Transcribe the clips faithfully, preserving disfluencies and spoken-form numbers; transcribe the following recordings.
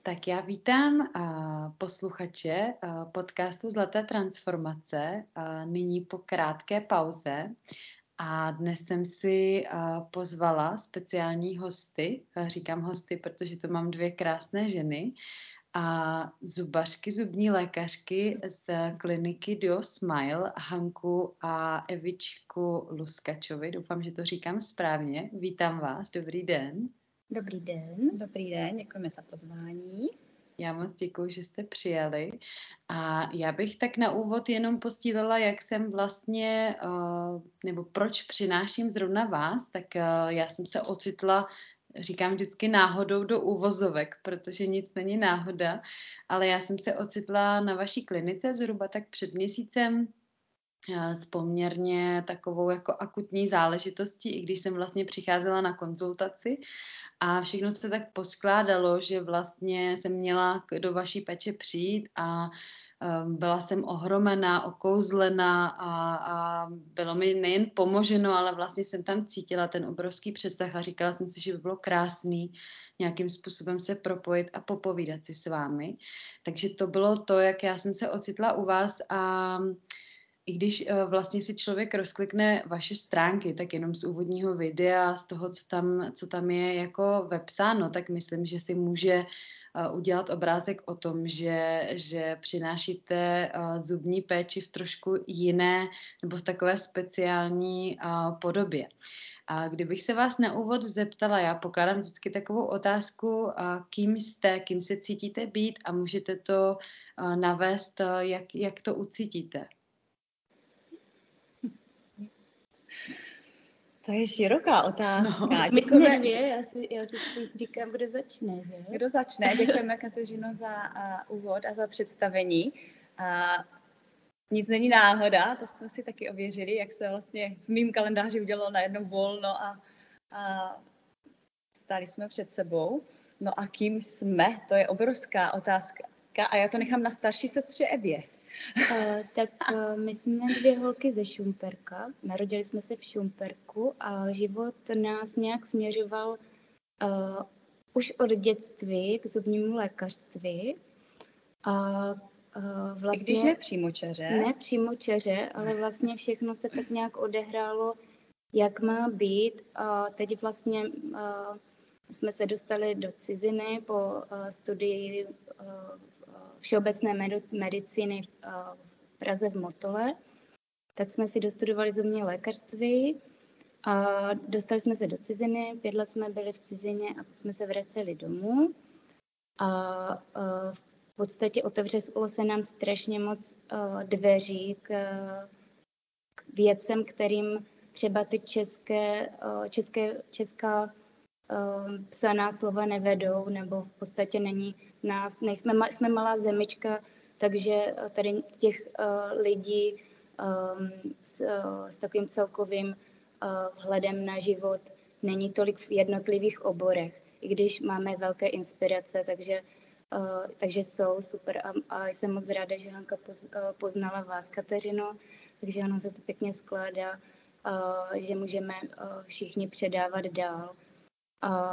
Tak já vítám uh, posluchače uh, podcastu Zlaté transformace uh, nyní po krátké pauze a dnes jsem si uh, pozvala speciální hosty, uh, říkám hosty, protože to mám dvě krásné ženy a zubařky, zubní lékařky z kliniky Duo Smile, Hanku a Evičku Luskačovi. Doufám, že to říkám správně. Vítám vás, dobrý den. Dobrý den. Dobrý den, děkujeme za pozvání. Já moc děkuji, že jste přijali. A já bych tak na úvod jenom postílala, jak jsem vlastně, nebo proč přináším zrovna vás, tak já jsem se ocitla, říkám vždycky náhodou do úvozovek, protože nic není náhoda, ale já jsem se ocitla na vaší klinice zhruba tak před měsícem s poměrně takovou jako akutní záležitostí, i když jsem vlastně přicházela na konzultaci. A všechno se tak poskládalo, že vlastně jsem měla do vaší péče přijít a um, byla jsem ohromená, okouzlená a, a bylo mi nejen pomoženo, ale vlastně jsem tam cítila ten obrovský přesah a říkala jsem si, že by bylo krásný nějakým způsobem se propojit a popovídat si s vámi. Takže to bylo to, jak já jsem se ocitla u vás a i když uh, vlastně si člověk rozklikne vaše stránky, tak jenom z úvodního videa, z toho, co tam, co tam je jako vepsáno, tak myslím, že si může uh, udělat obrázek o tom, že, že přinášíte uh, zubní péči v trošku jiné nebo v takové speciální uh, podobě. A kdybych se vás na úvod zeptala, já pokládám vždycky takovou otázku, uh, kým jste, kým se cítíte být a můžete to uh, navést, uh, jak, jak to ucítíte. To je široká otázka. No, my jsme dvě, já si, já si spíš říkám, kdo začne. Že? Kdo začne? Děkujeme, Kateřino, za uh, úvod a za představení. Uh, nic není náhoda, to jsme si taky ověřili, jak se vlastně v mým kalendáři udělalo najednou volno a, a stáli jsme před sebou. No a kým jsme? To je obrovská otázka a já to nechám na starší sestře Evě. Uh, tak uh, my jsme dvě holky ze Šumperka, narodili jsme se v Šumperku a život nás nějak směřoval uh, už od dětství k zubnímu lékařství. A uh, vlastně, I když ne přímočaře. Ne přímočaře, ale vlastně všechno se tak nějak odehrálo, jak má být. A teď vlastně uh, jsme se dostali do ciziny po uh, studii uh, všeobecné medicíny v Praze v Motole, tak jsme si dostudovali zubní lékařství a dostali jsme se do ciziny, pět let jsme byli v cizině a pak jsme se vraceli domů a v podstatě otevřelo se nám strašně moc dveří k, k věcem, kterým třeba ty české, české, česká psaná slova nevedou, nebo v podstatě není nás, nejsme, jsme malá zemička, takže tady těch uh, lidí um, s, uh, s takovým celkovým uh, vhledem na život není tolik v jednotlivých oborech, i když máme velké inspirace, takže, uh, takže jsou super a, a jsem moc ráda, že Hanka poz, uh, poznala vás, Kateřino, takže ona se to pěkně skládá, uh, že můžeme uh, všichni předávat dál. A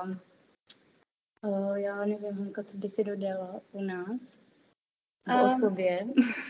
uh, já nevím, Hanka, co by si dodala u nás? O um, sobě.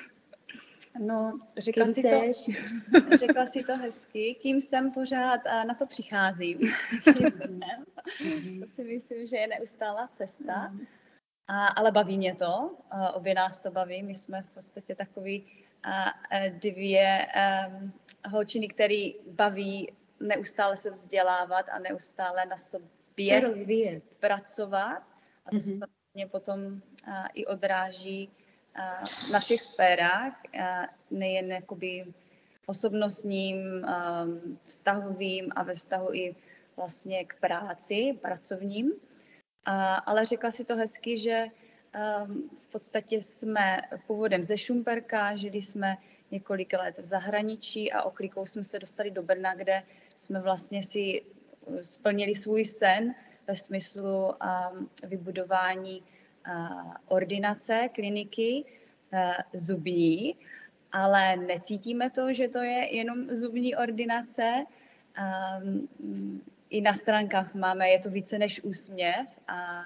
No, řekla si, to, řekla si to hezky. Kým jsem pořád a na to přicházím. Kým jsem. To si myslím, že je neustálá cesta. A, ale baví mě to. A obě nás to baví. My jsme v podstatě takový a, a dvě um, holčiny, který baví neustále se vzdělávat a neustále na sobě rozvíjet, pracovat. A to mm-hmm. se samozřejmě potom a, i odráží a, na všech sférách, a, nejen jakoby osobnostním, a, vztahovým a ve vztahu i vlastně k práci, pracovním. A, ale řekla si to hezky, že um, v podstatě jsme původem ze Šumperka, žili jsme několik let v zahraničí a oklikou jsme se dostali do Brna, kde jsme vlastně si splnili svůj sen ve smyslu um, vybudování uh, ordinace, kliniky uh, zubní, ale necítíme to, že to je jenom zubní ordinace. Um, I na stránkách máme, je to více než úsměv a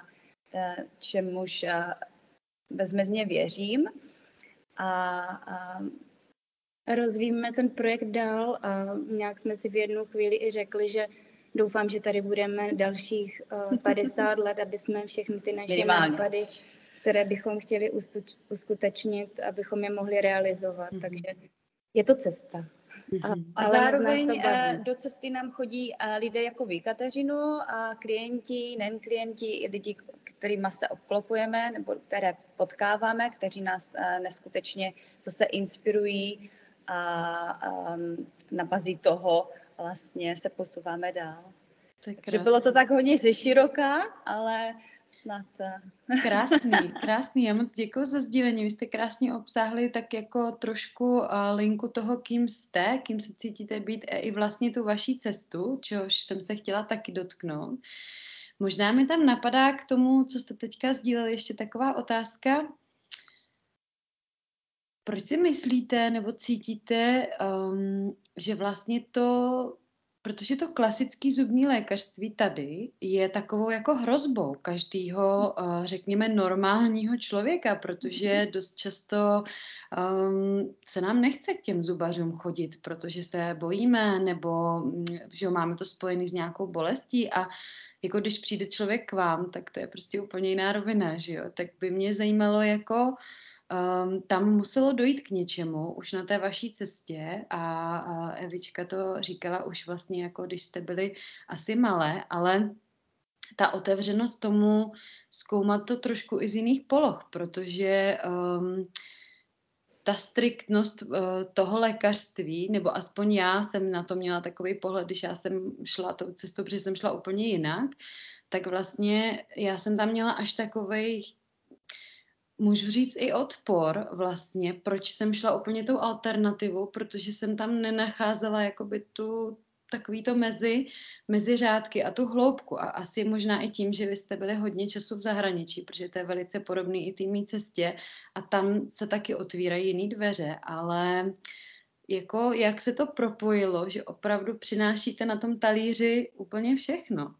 čemuž bezmezně věřím. A, a rozvíjíme ten projekt dál a nějak jsme si v jednu chvíli i řekli, že doufám, že tady budeme dalších uh, padesát let, aby jsme všechny ty naše minimálně nápady, které bychom chtěli uskutečnit, abychom je mohli realizovat. Mm-hmm. Takže je to cesta. A, a zároveň do cesty nám chodí lidé jako vy, Kateřinu, a klienti, nejen klienti, i lidi, kterými se obklopujeme nebo které potkáváme, kteří nás neskutečně zase inspirují a um, na bazi toho vlastně se posouváme dál. Takže bylo to tak hodně ze široká, ale snad. Krásný, krásný. Já moc děkuji za sdílení. Vy jste krásně obsáhli tak jako trošku linku toho, kým jste, kým se cítíte být a i vlastně tu vaší cestu, čehož jsem se chtěla taky dotknout. Možná mi tam napadá k tomu, co jste teďka sdíleli, ještě taková otázka. Proč si myslíte nebo cítíte, um, že vlastně to, protože to klasické zubní lékařství tady je takovou jako hrozbou každého, uh, řekněme, normálního člověka, protože dost často um, se nám nechce k těm zubařům chodit, protože se bojíme nebo že máme to spojené s nějakou bolestí a jako když přijde člověk k vám, tak to je prostě úplně jiná rovina, že jo? Tak by mě zajímalo jako Um, tam muselo dojít k něčemu už na té vaší cestě a, a Evička to říkala už vlastně jako když jste byli asi malé, ale ta otevřenost tomu zkoumat to trošku i z jiných poloh, protože um, ta striktnost uh, toho lékařství, nebo aspoň já jsem na to měla takový pohled, když já jsem šla tou cestou, protože jsem šla úplně jinak, tak vlastně já jsem tam měla až takovej, můžu říct i odpor vlastně, proč jsem šla úplně tou alternativou, protože jsem tam nenacházela jakoby tu takový to mezi, mezi řádky a tu hloubku a asi možná i tím, že vy jste byli hodně času v zahraničí, protože to je velice podobný i té mý cestě a tam se taky otvírají jiný dveře, ale jako jak se to propojilo, že opravdu přinášíte na tom talíři úplně všechno.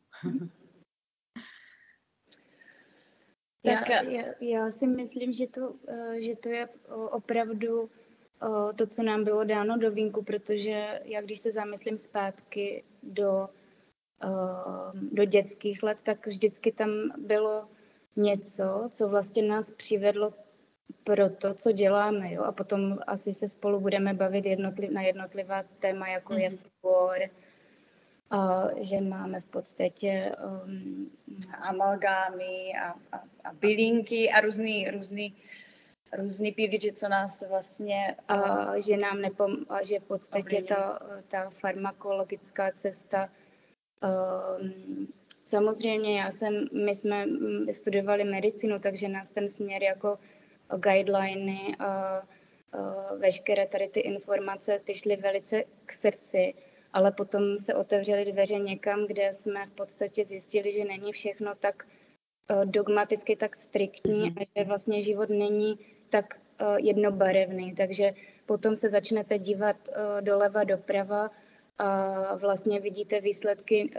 Já, já, já si myslím, že to, že to je opravdu to, co nám bylo dáno do vínku, protože já když se zamyslím zpátky do, do dětských let, tak vždycky tam bylo něco, co vlastně nás přivedlo pro to, co děláme. Jo? A potom asi se spolu budeme bavit jednotliv, na jednotlivá téma, jako mm-hmm. je fluor, a že máme v podstatě um, amalgámy a, a, a bylinky a různý, různý, různý pilíře, co nás vlastně... A že nám nepom... a že v podstatě ta, ta farmakologická cesta... Um, samozřejmě já jsem, my jsme studovali medicínu, takže nás ten směr jako guideliny a, a veškeré tady ty informace, ty šly velice k srdci. Ale potom se otevřely dveře někam, kde jsme v podstatě zjistili, že není všechno tak dogmaticky, tak striktní mm-hmm. a že vlastně život není tak jednobarevný. Takže potom se začnete dívat doleva, doprava a vlastně vidíte výsledky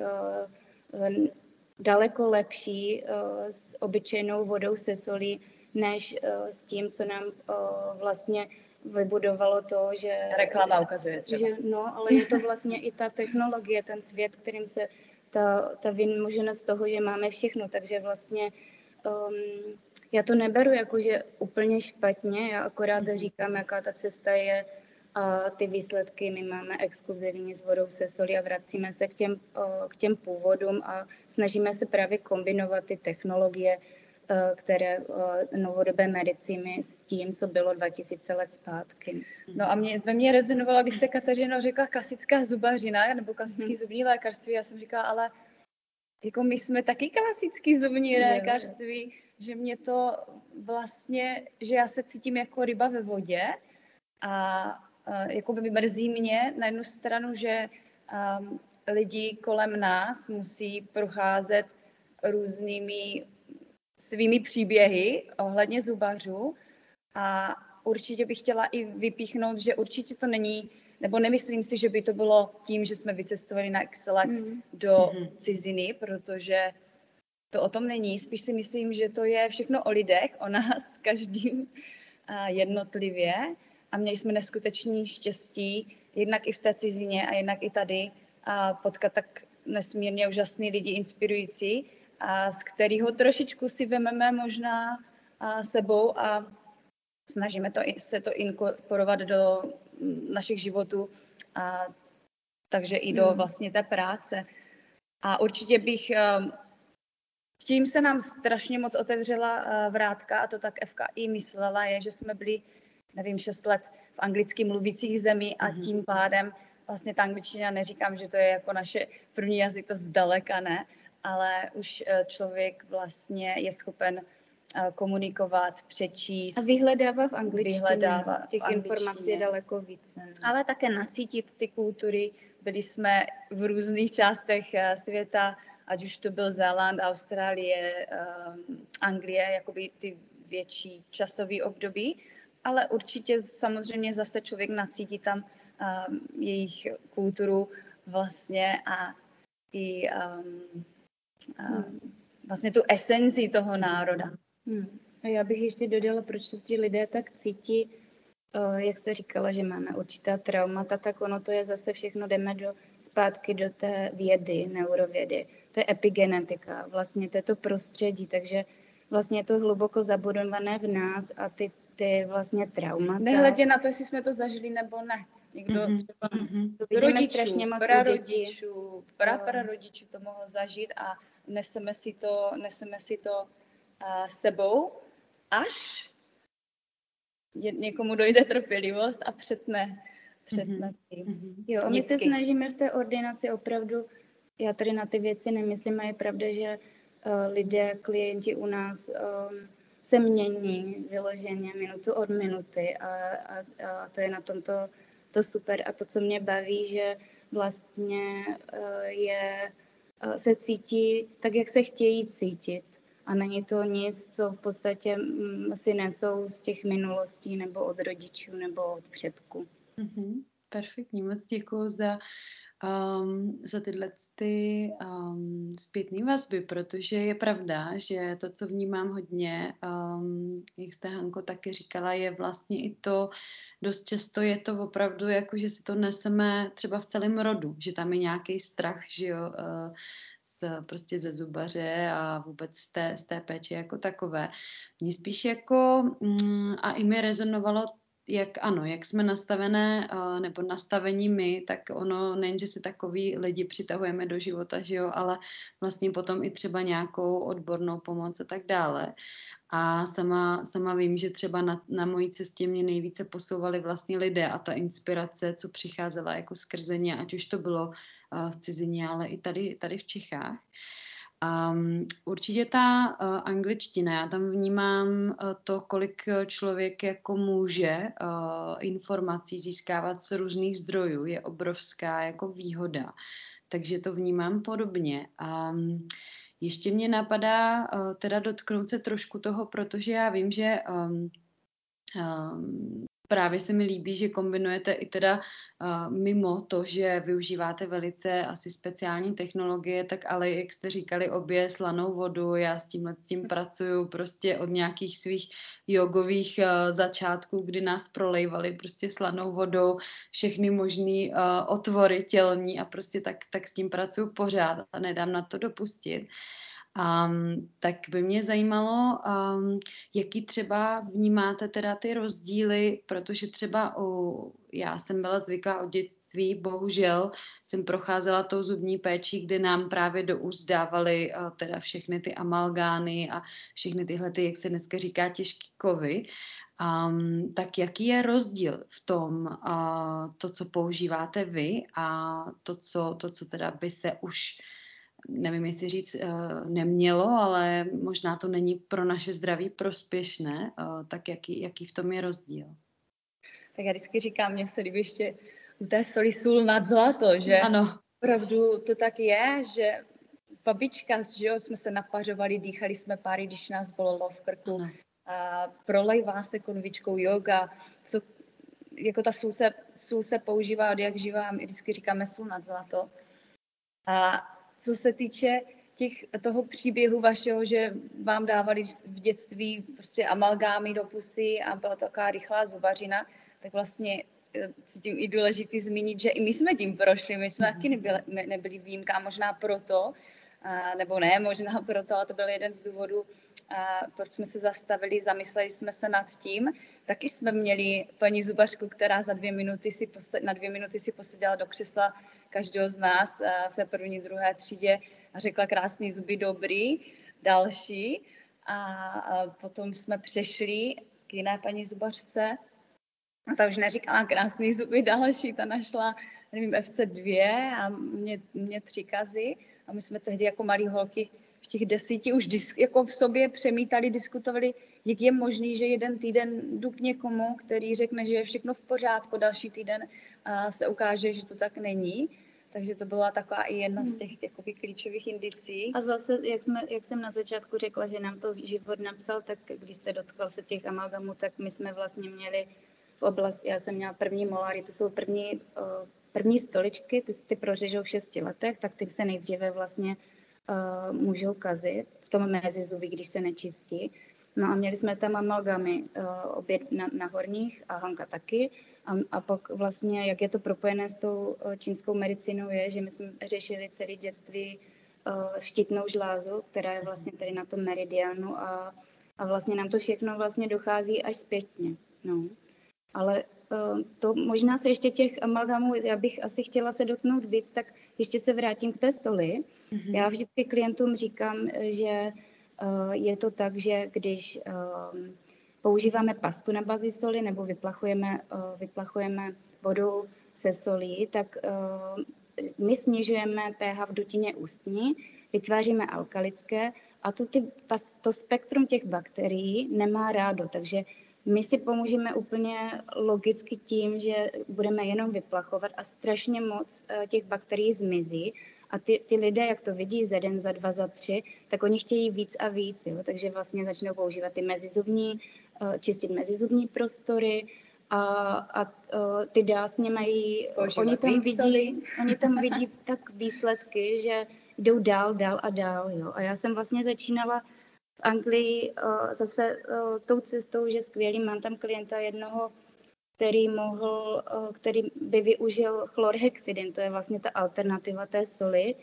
daleko lepší s obyčejnou vodou se solí, než s tím, co nám vlastně vybudovalo to, že... Reklama ukazuje třeba. Že, no, ale je to vlastně i ta technologie, ten svět, kterým se ta, ta vymoženost toho, že máme všechno, takže vlastně um, já to neberu jako, že úplně špatně, já akorát mm-hmm. říkám, jaká ta cesta je a ty výsledky my máme exkluzivní s vodou se solí a vracíme se k těm, k těm původům a snažíme se právě kombinovat ty technologie, které novodobé medicíny s tím, co bylo dva tisíce let zpátky. No a mě, ve mně rezonovalo, byste, Kateřino, řekla klasická zubařina nebo klasický zubní lékařství. Já jsem říkala, ale jako my jsme taky klasický zubní lékařství, že mě to vlastně, že já se cítím jako ryba ve vodě a jako by mrzí mě na jednu stranu, že um, lidi kolem nás musí procházet různými svými příběhy ohledně zubařů a určitě bych chtěla i vypíchnout, že určitě to není, nebo nemyslím si, že by to bylo tím, že jsme vycestovali na x let mm. do ciziny, protože to o tom není. Spíš si myslím, že to je všechno o lidech, o nás, každým jednotlivě. A měli jsme neskutečný štěstí, jednak i v té cizině a jednak i tady, a potkat tak nesmírně úžasný lidi, inspirující, a z kterého trošičku si vememe možná a sebou a snažíme to, se to inkorporovat do našich životů, a takže i do vlastně té práce. A určitě bych, tím se nám strašně moc otevřela vrátka, a to tak F K I myslela, je, že jsme byli, nevím, šest let v anglicky mluvících zemí a tím pádem vlastně ta angličtina, neříkám, že to je jako naše první jazyk, to zdaleka ne, ale už člověk vlastně je schopen komunikovat, přečíst. A vyhledává v angličtině. Vyhledává těch informací je daleko více. Ne? Ale také nacítit ty kultury. Byli jsme v různých částech světa, ať už to byl Zéland, Austrálie, Anglie, jakoby ty větší časové období. Ale určitě samozřejmě zase člověk nacítí tam jejich kulturu vlastně a i um, um, vlastně tu esenci toho národa. Hmm. A já bych ještě dodala, proč to ti lidé tak cítí, uh, jak jste říkala, že máme určitá traumata, tak ono to je zase všechno, jdeme do, zpátky do té vědy, neurovědy. To je epigenetika, vlastně to je to prostředí, takže vlastně je to hluboko zabudované v nás a ty, ty vlastně traumata. Nehledě na to, jestli jsme to zažili nebo ne. Někdo mm-hmm. třeba mm-hmm. z rodičů, prarodičů, praprarodičů to mohl zažít a neseme si to, neseme si to uh, sebou, až je, někomu dojde trpělivost a přetne, přetne mm-hmm. ty. Jo, a my se snažíme v té ordinaci opravdu, já tady na ty věci nemyslím, a je pravda, že uh, lidé, klienti u nás um, se mění vyloženě minutu od minuty a, a, a to je na tomto to super. A to, co mě baví, že vlastně uh, je, uh, se cítí tak, jak se chtějí cítit. A není to nic, co v podstatě um, si nesou z těch minulostí nebo od rodičů nebo od předků. Mm-hmm. Perfektní, moc děkuju za Um, za tyhle ty um, zpětné vazby, protože je pravda, že to, co vnímám hodně, um, jak jste, Hanko, taky říkala, je vlastně i to, dost často je to opravdu jako, že si to neseme třeba v celém rodu, že tam je nějaký strach, že jo, uh, z, prostě ze zubaře a vůbec z té, z té péče jako takové. Mně spíš jako, um, a i mi rezonovalo jak ano, jak jsme nastavené, nebo nastavení my, tak ono nejen, že si takový lidi přitahujeme do života, že jo, ale vlastně potom i třeba nějakou odbornou pomoc a tak dále. A sama, sama vím, že třeba na, na mojí cestě mě nejvíce posouvali vlastně lidé a ta inspirace, co přicházela jako skrze ně, ať už to bylo v cizině, ale i tady, tady v Čechách. Um, určitě ta uh, angličtina, já tam vnímám uh, to, kolik člověk jako může uh, informací získávat z různých zdrojů, je obrovská jako výhoda, takže to vnímám podobně. Um, ještě mě napadá uh, teda dotknout se trošku toho, protože já vím, že um, um, právě se mi líbí, že kombinujete i teda uh, mimo to, že využíváte velice asi speciální technologie, tak ale jak jste říkali obě slanou vodu, já s tímhle s tím pracuju prostě od nějakých svých jogových uh, začátků, kdy nás prolejvali prostě slanou vodou, všechny možný uh, otvory tělní a prostě tak, tak s tím pracuju pořád a nedám na to dopustit. Um, tak by mě zajímalo, um, jaký třeba vnímáte teda ty rozdíly, protože třeba u, já jsem byla zvyklá od dětství, bohužel jsem procházela tou zubní péčí, kde nám právě do úst dávali uh, teda všechny ty amalgány a všechny tyhle, ty, jak se dneska říká, těžký kovy. Um, tak jaký je rozdíl v tom, uh, to, co používáte vy a to, co, to, co teda by se už nevím, jestli říct, nemělo, ale možná to není pro naše zdraví prospěšné, tak jaký, jaký v tom je rozdíl? Tak já vždycky říkám, mně se líbí ještě u té soli sůl nad zlato, že ano. Opravdu to tak je, že babička, že jo, jsme se napařovali, dýchali jsme páry, když nás bolelo v krku, a prolejvá se konvičkou yoga, co, jako ta sůl se, sůl se používá od jak živá, my vždycky říkáme sůl nad zlato. A co se týče těch, toho příběhu vašeho, že vám dávali v dětství prostě amalgámy do pusy a byla to taková rychlá zubařina, tak vlastně cítím i důležitý zmínit, že i my jsme tím prošli, my jsme taky nebyli, nebyli výjimka, možná proto, a, nebo ne, možná proto, ale to byl jeden z důvodů, a, proč jsme se zastavili, zamysleli jsme se nad tím. Taky jsme měli paní zubařku, která za dvě minuty si posed, na dvě minuty si poseděla do křesla každého z nás a, v té první, druhé třídě a řekla krásný zuby dobrý, další. A, a potom jsme přešli k jiné paní zubařce. A ta už neříkala krásný zuby další, ta našla, nevím, F C dva a mě, mě tři kazy. A my jsme tehdy jako malí holky v těch desíti už disk, jako v sobě přemítali, diskutovali, jak je možný, že jeden týden jdu k někomu, který řekne, že je všechno v pořádku, další týden a se ukáže, že to tak není. Takže to byla taková i jedna z těch jakoby, klíčových indicí. A zase, jak, jsme, jak jsem na začátku řekla, že nám to život napsal, tak když jste dotkal se těch amalgamů, tak my jsme vlastně měli v oblasti, já jsem měla první molary, to jsou první, uh, první stoličky, ty, ty prořežou v šesti letech, tak ty se nejdříve vlastně uh, můžou kazit v tom mezizubí, když se nečistí. No a měli jsme tam amalgamy, uh, obě na, na horních a Hanka taky. A, a pak vlastně, jak je to propojené s tou uh, čínskou medicínou, je, že my jsme řešili celé dětství uh, štítnou žlázu, která je vlastně tady na tom meridianu a, a vlastně nám to všechno vlastně dochází až zpětně. No. Ale uh, to možná se ještě těch amalgamů, já bych asi chtěla se dotknout víc, tak ještě se vrátím k té soli. Mm-hmm. Já vždycky klientům říkám, že uh, je to tak, že když uh, používáme pastu na bazi soli nebo vyplachujeme, uh, vyplachujeme vodou se solí, tak uh, my snižujeme pH v dutině ústní, vytváříme alkalické a to, ty, ta, to spektrum těch bakterií nemá rádo, takže my si pomůžeme úplně logicky tím, že budeme jenom vyplachovat a strašně moc těch bakterií zmizí. A ty, ty lidé, jak to vidí za den, za dva, za tři, tak oni chtějí víc a víc. Jo? Takže vlastně začnou používat ty mezizubní, čistit mezizubní prostory a, a ty dásně mají, oni tam, vidí, oni tam vidí tak výsledky, že jdou dál, dál a dál. Jo? A já jsem vlastně začínala v Anglii uh, zase uh, tou cestou, že skvělý, mám tam klienta jednoho, který mohl, uh, který by využil chlorhexidin, to je vlastně ta alternativa té soli.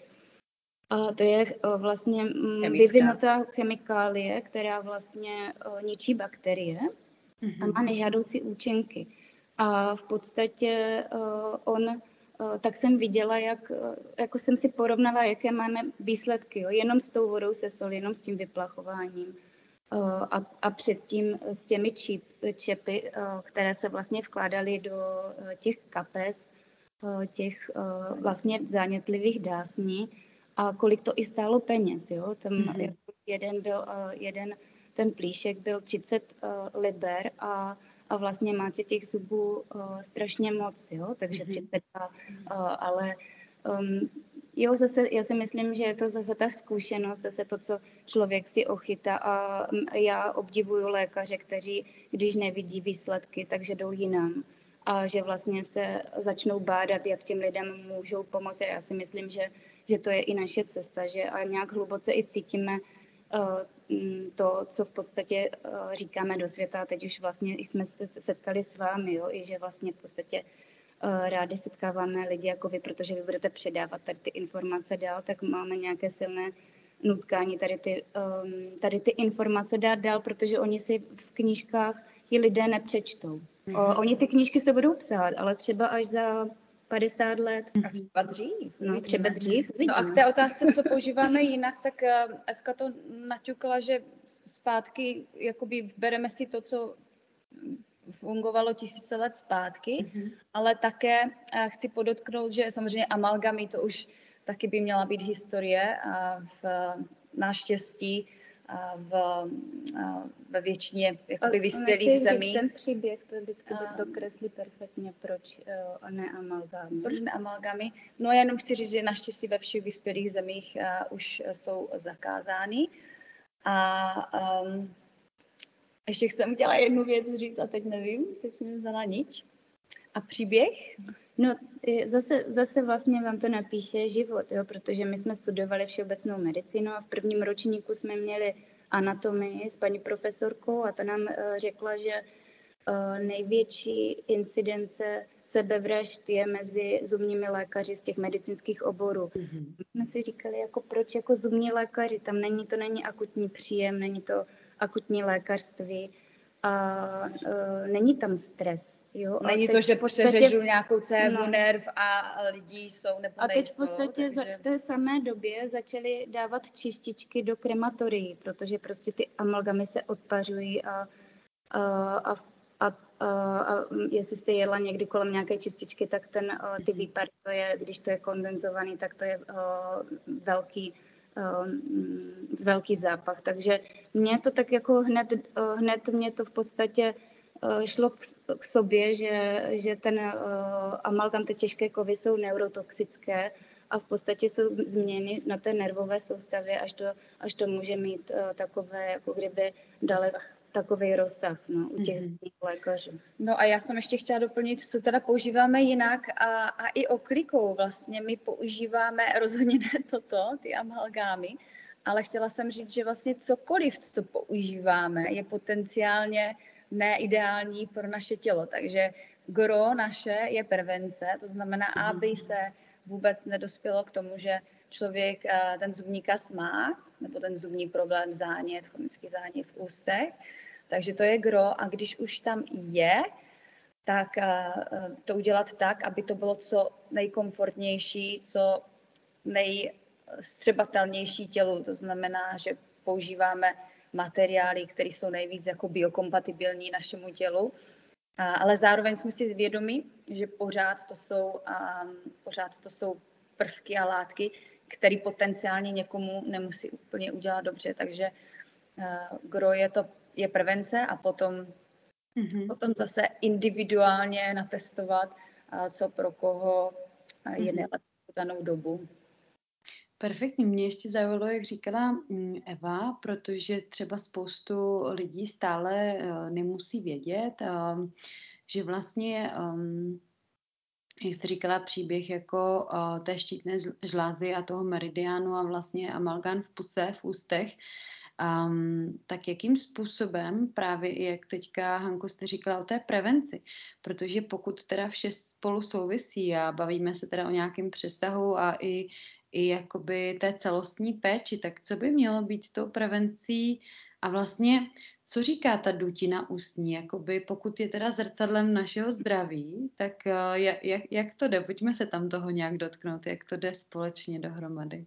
A to je uh, vlastně um, vyvinutá chemikálie, která vlastně uh, ničí bakterie mm-hmm. a má nežádoucí účinky. A v podstatě uh, on tak jsem viděla, jak, jako jsem si porovnala, jaké máme výsledky, jo? Jenom s tou vodou se solí, jenom s tím vyplachováním. A, a předtím s těmi čip, čepy, které se vlastně vkládaly do těch kapes, těch vlastně zánětlivých dásní a kolik to i stálo peněz. Jo? Tam mm-hmm. jeden, byl, jeden ten plíšek byl třicet liber a a vlastně máte těch zubů uh, strašně moc, jo, takže třicet, uh, ale um, jo, zase já si myslím, že je to zase ta zkušenost, zase to, co člověk si ochytá a já obdivuju lékaře, kteří, když nevidí výsledky, takže jdou jinam a že vlastně se začnou bádat, jak těm lidem můžou pomoct. Já si myslím, že, že to je i naše cesta, že a nějak hluboce i cítíme to, co v podstatě říkáme do světa. Teď už vlastně jsme se setkali s vámi, jo, i že vlastně v podstatě rádi setkáváme lidi jako vy, protože vy budete předávat tady ty informace dál, tak máme nějaké silné nutkání tady ty, tady ty informace dát dál, protože oni si v knížkách i lidé nepřečtou. Mm-hmm. Oni ty knížky se budou psát, ale třeba až za padesát let. A třeba dřív. No, třeba dřív. No a k té otázce, co používáme jinak, tak Evka to naťukla, že zpátky jakoby bereme si to, co fungovalo tisíce let zpátky, mm-hmm. ale také chci podotknout, že samozřejmě amalgamy to už taky by měla být historie a v naštěstí a v, a ve většině jakoby vyspělých zemí. Ten příběh, to vždycky a, dokreslí perfektně, proč uh, ne amalgámy. Proč ne amalgámy? No já jenom chci říct, že naštěstí ve všech vyspělých zemích uh, už jsou zakázány. A um, ještě jsem chtěla jednu věc říct a teď nevím, teď jsem vzala nič. A příběh? No zase, zase vlastně vám to napíše život, jo, protože my jsme studovali všeobecnou medicínu a v prvním ročníku jsme měli anatomii s paní profesorkou a ta nám uh, řekla, že uh, největší incidence sebevražd je mezi zubními lékaři z těch medicínských oborů. Mm-hmm. My jsme si říkali, jako proč jako zubní lékaři, tam není, to není akutní příjem, není to akutní lékařství. A uh, není tam stres. Jo? Není a to, že podstatě, přeřežu nějakou cévu, no, nerv a lidi jsou nebo a teď nejsou. v podstatě takže... za, v té samé době začaly dávat čističky do krematorií, protože prostě ty amalgamy se odpařují a, a, a, a, a, a jestli jste jedla někdy kolem nějaké čističky, tak ten, ty výpary, to je, když to je kondenzovaný, tak to je uh, velký velký zápach. Takže mě to tak jako hned, hned mě to v podstatě šlo k, k sobě, že, že ten amalgam, ty těžké kovy jsou neurotoxické a v podstatě jsou změny na té nervové soustavě, až to, až to může mít takové, jako kdyby dalek, takový rozsah, no, u těch mm-hmm. zubních lékařů. No a já jsem ještě chtěla doplnit, co teda používáme jinak a, a i oklikou vlastně my používáme rozhodně ne toto, ty amalgámy, ale chtěla jsem říct, že vlastně cokoliv, co používáme, je potenciálně neideální pro naše tělo. Takže gro naše je prevence, to znamená, mm-hmm. aby se vůbec nedospělo k tomu, že člověk ten zubní kas má, nebo ten zubní problém, zánět, chronický zánět v ústech. Takže to je gro a když už tam je, tak to udělat tak, aby to bylo co nejkomfortnější, co nejstřebatelnější tělu. To znamená, že používáme materiály, které jsou nejvíc jako biokompatibilní našemu tělu, ale zároveň jsme si vědomi, že pořád to jsou, pořád to jsou prvky a látky, které potenciálně někomu nemusí úplně udělat dobře. Takže gro je to je prevence a potom, mm-hmm. potom zase individuálně natestovat, co pro koho je nejlepší v danou dobu. Perfektní. Mě ještě zaujalo, jak říkala Eva, protože třeba spoustu lidí stále nemusí vědět, že vlastně, jak jste říkala, příběh jako té štítné žlázy a toho meridiánu a vlastně amalgám v puse, v ústech, Um, tak jakým způsobem právě, jak teďka, Hanko, jste říkala o té prevenci, protože pokud teda vše spolu souvisí a bavíme se teda o nějakém přesahu a i, i jakoby té celostní péči, tak co by mělo být tou prevencí a vlastně, co říká ta dutina ústní, jakoby pokud je teda zrcadlem našeho zdraví, tak uh, jak, jak to jde? Pojďme se tam toho nějak dotknout, jak to jde společně dohromady.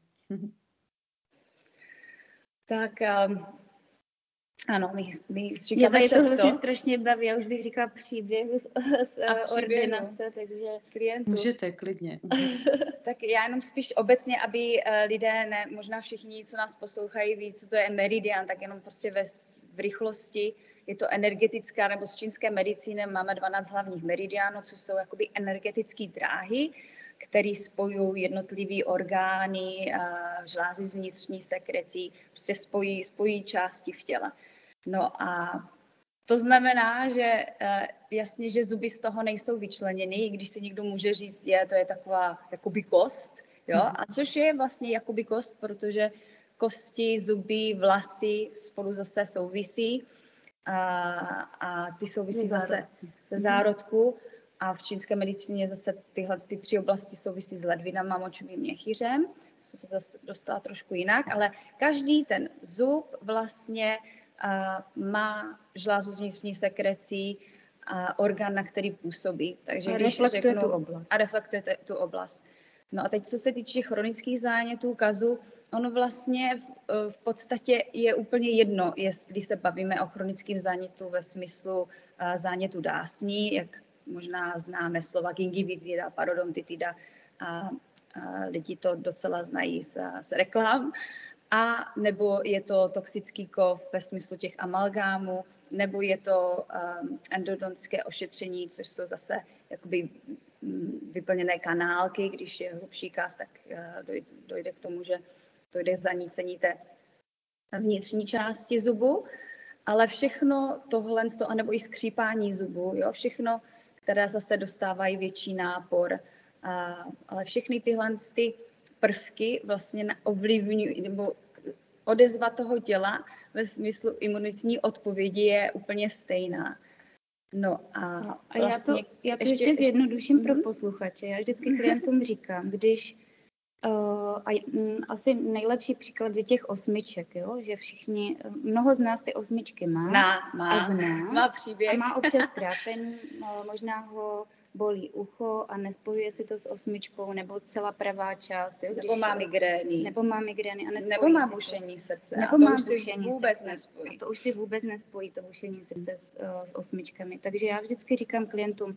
Tak um, ano, my, my říkáme mě často. Mě to strašně baví, já už bych říkala příběh z, z ordinace, takže... Klientů. Můžete, klidně. Tak já jenom spíš obecně, aby lidé, ne, možná všichni, co nás poslouchají, ví, co to je meridian, tak jenom prostě ve, v rychlosti. Je to energetická, nebo z čínské medicíny máme dvanáct hlavních meridiánů, což jsou jakoby energetické dráhy, které spojují jednotlivé orgány, žlázy z vnitřní sekrecí, prostě spojí, spojí části v těle. No a to znamená, že jasně, že zuby z toho nejsou vyčleněny, i když si někdo může říct, je, to je taková jakoby kost, jo, a což je vlastně jakoby kost, protože kosti, zuby, vlasy spolu zase souvisí a, a ty souvisí zase ze zárodku. A v čínské medicíně zase tyhle ty tři oblasti souvisí s ledvinama, močovým měchýřem. To se zase dostala trošku jinak, ale každý ten zub vlastně uh, má žlázu z vnitřní sekrecí a orgán, na který působí. Takže a když reflektuje řeknu, tu oblast. A reflektuje tu oblast. No a teď, co se týče chronických zánětů kazu, ono vlastně v, v podstatě je úplně jedno, jestli se bavíme o chronickém zánětu ve smyslu uh, zánětu dásní, jak možná známe slova gingivitida, parodontitida a, a lidi to docela znají z, z reklam. A nebo je to toxický kov ve smyslu těch amalgámů, nebo je to um, endodontické ošetření, což jsou zase jakoby vyplněné kanálky, když je hlubší kás, tak uh, dojde k tomu, že dojde k zanícení té vnitřní části zubu. Ale všechno tohle, anebo i skřípání zubu, jo, všechno, které zase dostávají větší nápor. A, ale všechny tyhle ty prvky vlastně ovlivňují, nebo odezva toho těla ve smyslu imunitní odpovědi je úplně stejná. No a, a vlastně já to, já to ještě, ještě zjednoduším ještě... pro posluchače. Já vždycky klientům říkám, když Uh, a m, asi nejlepší příklad je těch osmiček, jo? Že všichni, mnoho z nás ty osmičky má, zná, má, a zná má příběh. A má občas trápení, možná ho bolí ucho a nespojuje si to s osmičkou, nebo celá pravá část. Jo? Když, nebo má migrény. Nebo má migrény a nespojí Nebo má si bušení to. srdce. Nebo a to má už si vůbec srdce. nespojí. A to už si vůbec nespojí, to bušení srdce s, s osmičkami. Takže já vždycky říkám klientům,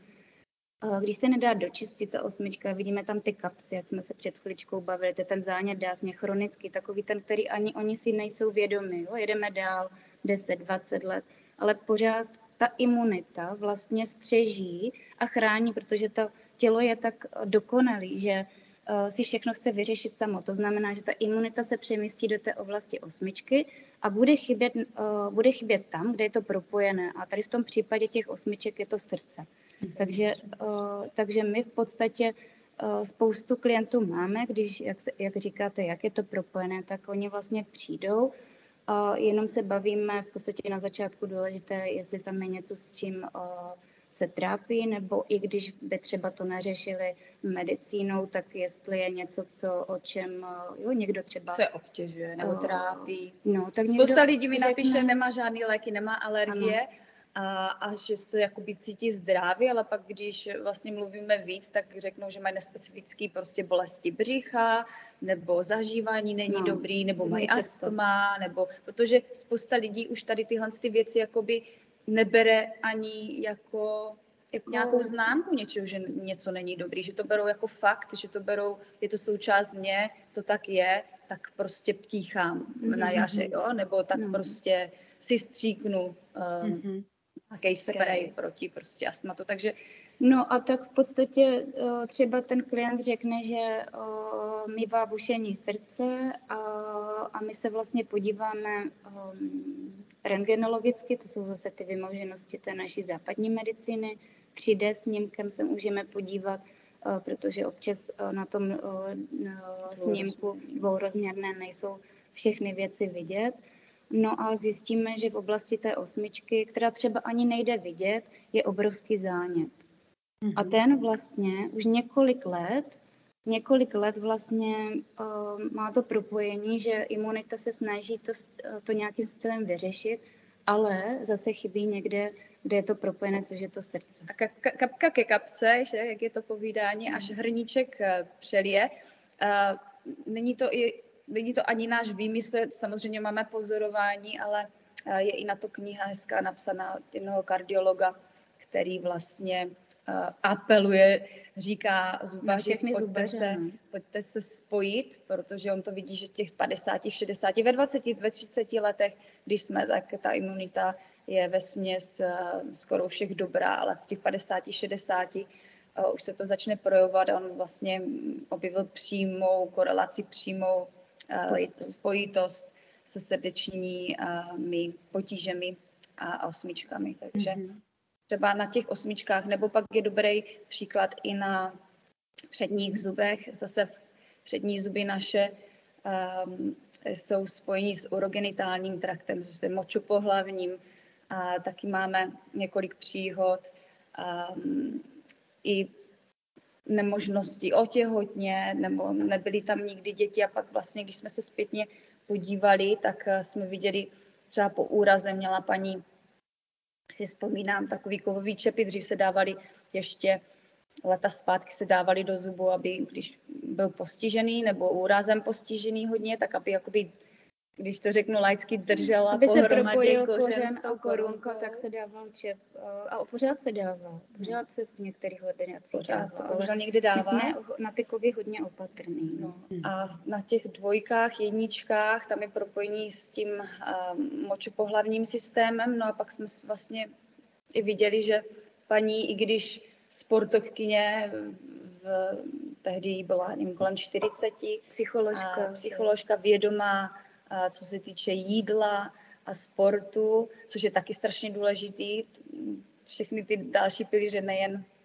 když se nedá dočistit ta osmička, vidíme tam ty kapsy, jak jsme se před chviličkou bavili, to je ten zánět dásně chronický, takový ten, který ani oni si nejsou vědomi. Jo? Jedeme dál deset, dvacet let, ale pořád ta imunita vlastně střeží a chrání, protože to tělo je tak dokonalý, že uh, si všechno chce vyřešit samo. To znamená, že ta imunita se přemístí do té oblasti osmičky a bude chybět, uh, bude chybět tam, kde je to propojené. A tady v tom případě těch osmiček je to srdce. Takže, uh, takže my v podstatě uh, spoustu klientů máme, když, jak, se, jak říkáte, jak je to propojené, tak oni vlastně přijdou a jenom se bavíme v podstatě na začátku důležité, jestli tam je něco, s čím uh, se trápí, nebo i když by třeba to neřešili medicínou, tak jestli je něco, co, o čem uh, jo, někdo třeba... Co je obtěžuje nebo trápí. Uh, no, tak Spousta lidí mi napíše, řekne, nemá žádný léky, nemá alergie, ano. A, a že se jakoby cítí zdravě, ale pak, když vlastně mluvíme víc, tak řeknou, že mají nespecifické prostě bolesti břicha, nebo zažívání není no, dobrý, nebo mají astma, nebo protože spousta lidí už tady tyhle ty věci jakoby nebere ani jako, jako nějakou známku něčeho, že něco není dobrý, že to berou jako fakt, že to berou, je to součást mě, to tak je, tak prostě ptíchám mm-hmm. na jaře, jo, nebo tak mm-hmm. prostě si stříknu um, mm-hmm. nějaký spray proti prostě astmatu, takže... No a tak v podstatě třeba ten klient řekne, že mívá bušení srdce a, a my se vlastně podíváme um, rentgenologicky, to jsou zase ty vymoženosti té naší západní medicíny, tři dé snímkem se můžeme podívat, uh, protože občas uh, na tom uh, snímku dvourozměrné nejsou všechny věci vidět. No a zjistíme, že v oblasti té osmičky, která třeba ani nejde vidět, je obrovský zánět. Mm-hmm. A ten vlastně už několik let, několik let vlastně uh, má to propojení, že imunita se snaží to, to nějakým stylem vyřešit, ale zase chybí někde, kde je to propojené, což je to srdce. A ka- ka- kapka ke kapce, že? Jak je to povídání, až hrníček přelije. Uh, není to i Není to ani náš výmysl, samozřejmě máme pozorování, ale je i na to kniha hezká napsaná jednoho kardiologa, který vlastně apeluje, říká zubaři, pojďte se, pojďte se spojit, protože on to vidí, že těch padesáti, šedesáti, ve dvaceti, ve třiceti letech, když jsme, tak ta imunita je vesměs skoro všech dobrá, ale v těch padesáti, šedesáti už se to začne projevovat a on vlastně objevil přímou korelaci, přímou Spojitost. spojitost se srdečními potížemi a osmičkami. Takže mm-hmm. třeba na těch osmičkách, nebo pak je dobrý příklad i na předních zubech. Zase přední zuby naše um, jsou spojení s urogenitálním traktem, zase močopohlavním. A taky máme několik příhod. Um, I nemožnosti otěhotně, nebo nebyly tam nikdy děti a pak vlastně, když jsme se zpětně podívali, tak jsme viděli, třeba po úraze měla paní, si vzpomínám, takový kovový čepy, dřív se dávali ještě leta zpátky se dávali do zubu, aby když byl postižený nebo úrazem postižený hodně, tak aby jakoby, když to řeknu laicky, držela aby pohromadě se kořen s tou korunkou, tak se dával čep. A pořád se dává. Pořád se v některých ordinacích dává. Se bohužel někdy dává. My jsme na ty kovy hodně opatrný. No. A na těch dvojkách, jedničkách, tam je propojení s tím um, močopohlavním systémem. No a pak jsme vlastně i viděli, že paní, i když sportovkyně, v, tehdy byla nevím, kolem čtyřiceti, psycholožka, psycholožka vědomá, a co se týče jídla a sportu, což je taky strašně důležitý. Všechny ty další pilíře, nejen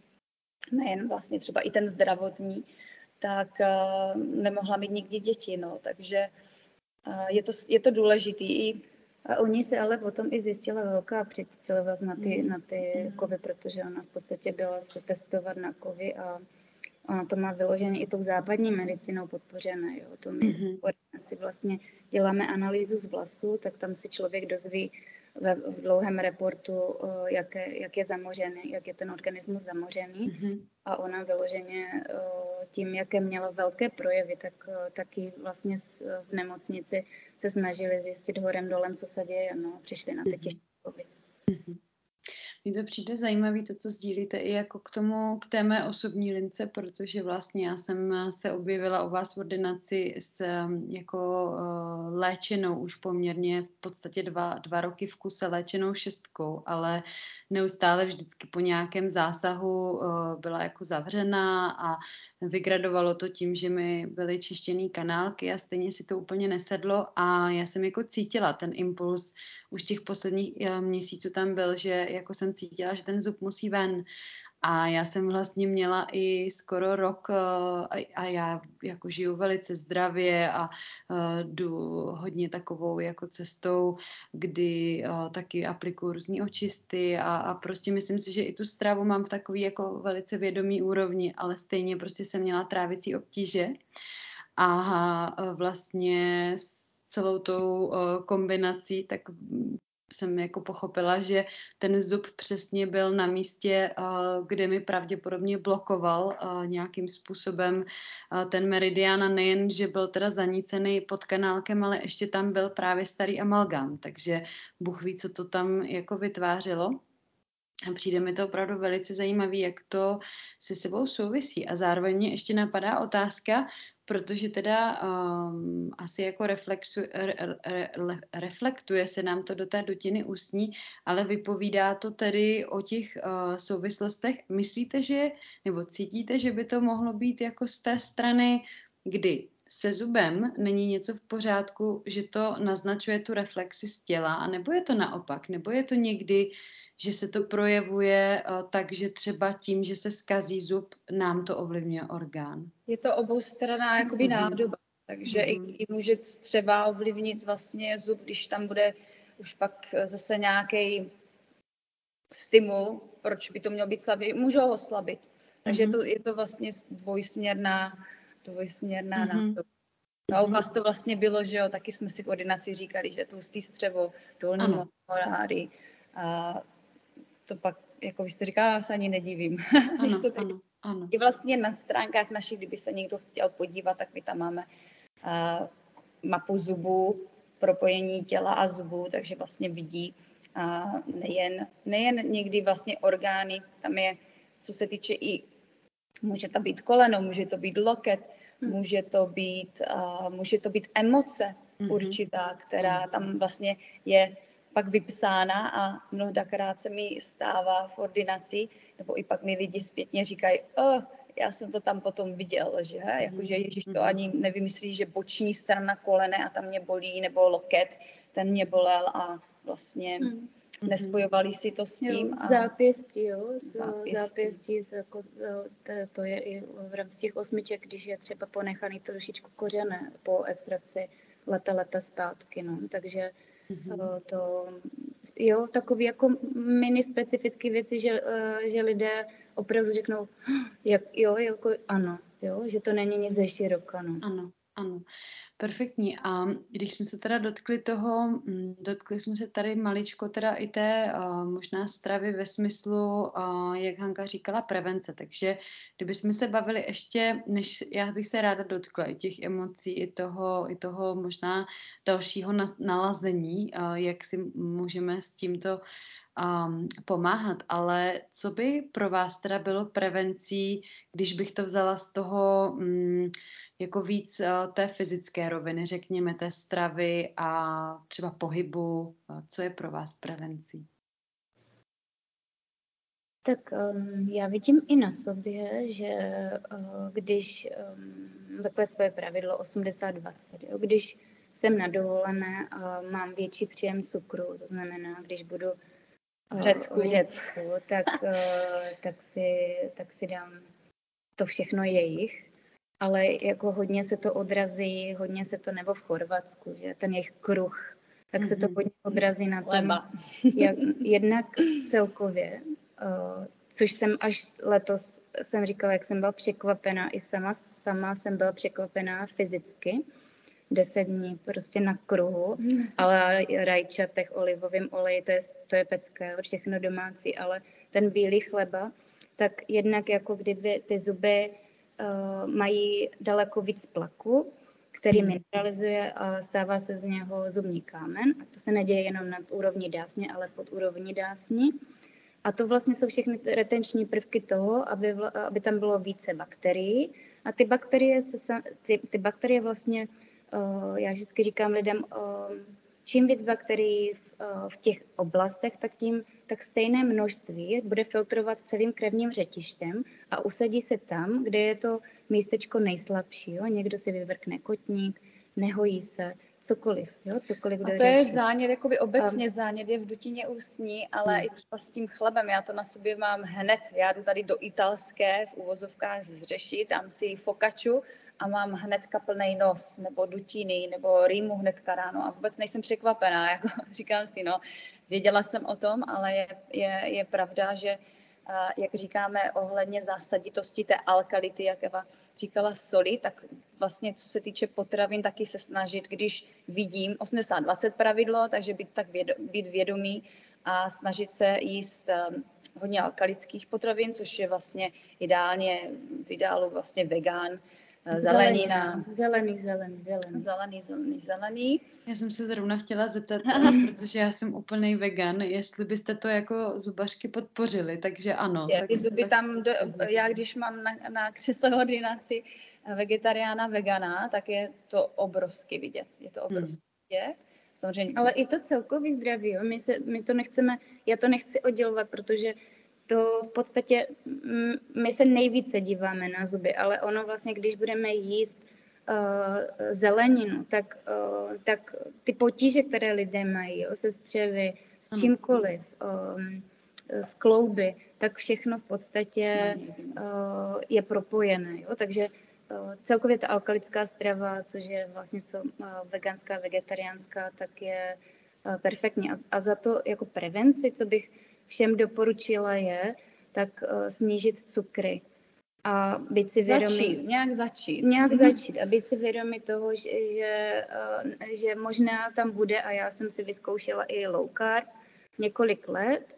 nejen vlastně třeba i ten zdravotní, tak uh, nemohla mít nikdy děti, no, takže uh, je to, je to důležitý. I a oni se ale potom i zjistila velká předcitlivá na ty, mm. na ty mm. kovy, protože ona v podstatě byla se testovat na kovy a ona to má vyloženě i tou západní medicínou podpořené. Jo. To my mm-hmm. v ordinaci vlastně děláme analýzu z vlasu, tak tam si člověk dozví ve, v dlouhém reportu, jak je, jak je zamořený, jak je ten organismus zamořený. Mm-hmm. A ona vyloženě tím, jaké měla velké projevy, tak taky vlastně v nemocnici se snažili zjistit horem dolem, co se děje. No, přišli na ty mm-hmm. těžké kovy. Mm-hmm. Mně to přijde zajímavé, to, co sdílíte i jako k tomu, k té mé osobní lince, protože vlastně já jsem se objevila u vás v ordinaci s jako uh, léčenou už poměrně v podstatě dva, dva roky v kuse léčenou šestkou, ale neustále vždycky po nějakém zásahu uh, byla jako zavřená a vygradovalo to tím, že mi byly čištěný kanálky a stejně si to úplně nesedlo a já jsem jako cítila ten impuls už těch posledních uh, měsíců tam byl, že jako jsem cítila, že ten zub musí ven. A já jsem vlastně měla i skoro rok a, a já jako žiju velice zdravě a, a jdu hodně takovou jako cestou, kdy a, taky aplikuju různý očisty a, a prostě myslím si, že i tu stravu mám v takový jako velice vědomý úrovni, ale stejně prostě jsem měla trávicí obtíže a vlastně s celou tou kombinací tak jsem jako pochopila, že ten zub přesně byl na místě, kde mi pravděpodobně blokoval nějakým způsobem ten meridian a nejen, že byl teda zanícený pod kanálkem, ale ještě tam byl právě starý amalgám, takže Bůh ví, co to tam jako vytvářelo. A přijde mi to opravdu velice zajímavé, jak to se sebou souvisí. A zároveň mě ještě napadá otázka, protože teda um, asi jako reflexu, re, re, re, reflektuje se nám to do té dutiny ústní, ale vypovídá to tedy o těch uh, souvislostech. Myslíte, že, nebo cítíte, že by to mohlo být jako z té strany, kdy se zubem není něco v pořádku, že to naznačuje tu reflexi z těla, anebo je to naopak, nebo je to někdy, že se to projevuje uh, tak, že třeba tím, že se zkazí zub, nám to ovlivňuje orgán. Je to oboustranná jakoby mm-hmm. nádoba, takže mm-hmm. i, i může třeba ovlivnit vlastně zub, když tam bude už pak zase nějaký stimul, proč by to mělo být slabý, můžou ho slabit. Takže mm-hmm. to, je to vlastně dvojsměrná, dvojsměrná mm-hmm. nádoba. No a u vás to vlastně bylo, že jo, taky jsme si v ordinaci říkali, že tlustý střevo, dolní moráry a to pak, jako vy jste říkala, já se ani nedivím. Ano, to teď... ano, ano. I vlastně na stránkách našich, kdyby se někdo chtěl podívat, tak my tam máme uh, mapu zubů, propojení těla a zubů, takže vlastně vidí uh, nejen, nejen někdy vlastně orgány, tam je, co se týče i, může to být koleno, může to být loket, hmm. může to být, uh, může to být emoce hmm. určitá, která hmm. tam vlastně je pak vypsána a mnohokrát se mi stává v ordinaci, nebo i pak mi lidi zpětně říkají, oh, já jsem to tam potom viděl, že jakože Ježíš to ani nevymyslí, že boční strana kolene a tam mě bolí, nebo loket, ten mě bolel a vlastně hmm. nespojovali si to s tím. Jo, zápěstí, jo, zápěstí. zápěstí jako, to, to je i v rámci těch osmiček, když je třeba ponechaný trošičku kořené po extrakci leta, leta zpátky, no, takže Mm-hmm. To, jo, takový jako mini specifické věci, že, že lidé opravdu řeknou, jak, jo, jako ano, jo, že to není nic ze široka, no. Ano, ano, perfektní. A když jsme se teda dotkli toho, dotkli jsme se tady maličko teda i té uh, možná stravy ve smyslu, uh, jak Hanka říkala, prevence. Takže kdybychom se bavili ještě, než já bych se ráda dotkla i těch emocí, i toho, i toho možná dalšího nalazení, uh, jak si můžeme s tímto um, pomáhat. Ale co by pro vás teda bylo prevencí, když bych to vzala z toho um, jako víc uh, té fyzické roviny, řekněme té stravy a třeba pohybu, uh, co je pro vás prevencí? Tak um, já vidím i na sobě, že uh, když um, takové svoje pravidlo osmdesát dvacet, jo, když jsem na dovolené a mám větší příjem cukru, to znamená, když budu v Řecku, v Řecku tak, tak, si, tak si dám to všechno jejich. Ale jako hodně se to odrazí, hodně se to, nebo v Chorvatsku, že ten jejich kruh, tak mm-hmm. se to hodně odrazí na tom, jak, jednak celkově, uh, což jsem až letos, jsem říkala, jak jsem byla překvapená, i sama, sama jsem byla překvapená fyzicky, deset dní prostě na kruhu, mm. ale rajčatech, olivovým oleji, to je, to je pecka, všechno domácí, ale ten bílý chleba, tak jednak jako kdyby ty zuby uh, mají daleko víc plaku, který mm. mineralizuje a stává se z něho zubní kámen. A to se neděje jenom nad úrovní dásně, ale pod úrovní dásní. A to vlastně jsou všechny retenční prvky toho, aby, vla, aby tam bylo více bakterií. A ty bakterie, se, ty, ty bakterie vlastně, uh, já vždycky říkám lidem, uh, čím víc bakterií v, uh, v těch oblastech, tak tím tak stejné množství bude filtrovat celým krevním řetištěm a usadí se tam, kde je to místečko nejslabší. Jo? Někdo si vyvrkne kotník, nehojí se, cokoliv, jo, cokoliv a to řešit. Je zánět, jakoby obecně um, zánět je v dutině ústní, ale hmm. i třeba s tím chlebem, já to na sobě mám hned, já jdu tady do italské v uvozovkách zřešit, dám si focacciu a mám hnedka plnej nos, nebo dutiny, nebo rýmu hnedka ráno a vůbec nejsem překvapená, jako říkám si, no, věděla jsem o tom, ale je, je, je pravda, že jak říkáme ohledně zásaditosti té alkality, jak Eva říkala soli, tak vlastně co se týče potravin, taky se snažit, když vidím osmdesát dvacet pravidlo, takže být tak vědo, být vědomý a snažit se jíst um, hodně alkalických potravin, což je vlastně ideálně v ideálu vlastně vegan, zelenina. Zelený, zelený, zelený. Zelený, zelený, zelený. Já jsem se zrovna chtěla zeptat, protože já jsem úplný vegan, jestli byste to jako zubařky podpořili, takže ano. Je, tak, ty zuby tak, tam, do, já když mám na, na křesle ordinaci vegetariána, vegana, tak je to obrovsky vidět. Je to obrovsky hmm. vidět. Samozřejmě. Ale i to celkový zdraví, jo? My, se, my to nechceme, já to nechci oddělovat, protože to v podstatě, my se nejvíce díváme na zuby, ale ono vlastně, když budeme jíst uh, zeleninu, tak, uh, tak ty potíže, které lidé mají, jo, se střevy, s čímkoliv, um, z klouby, tak všechno v podstatě uh, je propojené. Jo? Takže uh, celkově ta alkalická strava, což je vlastně co uh, veganská, vegetariánská, tak je uh, perfektní. A, a za to jako prevenci, co bych všem doporučila je, tak uh, snížit cukry. A být si vědomí, začít, nějak začít. Nějak začít a být si vědomí toho, že, že, uh, že možná tam bude, a já jsem si vyzkoušela i low carb několik let,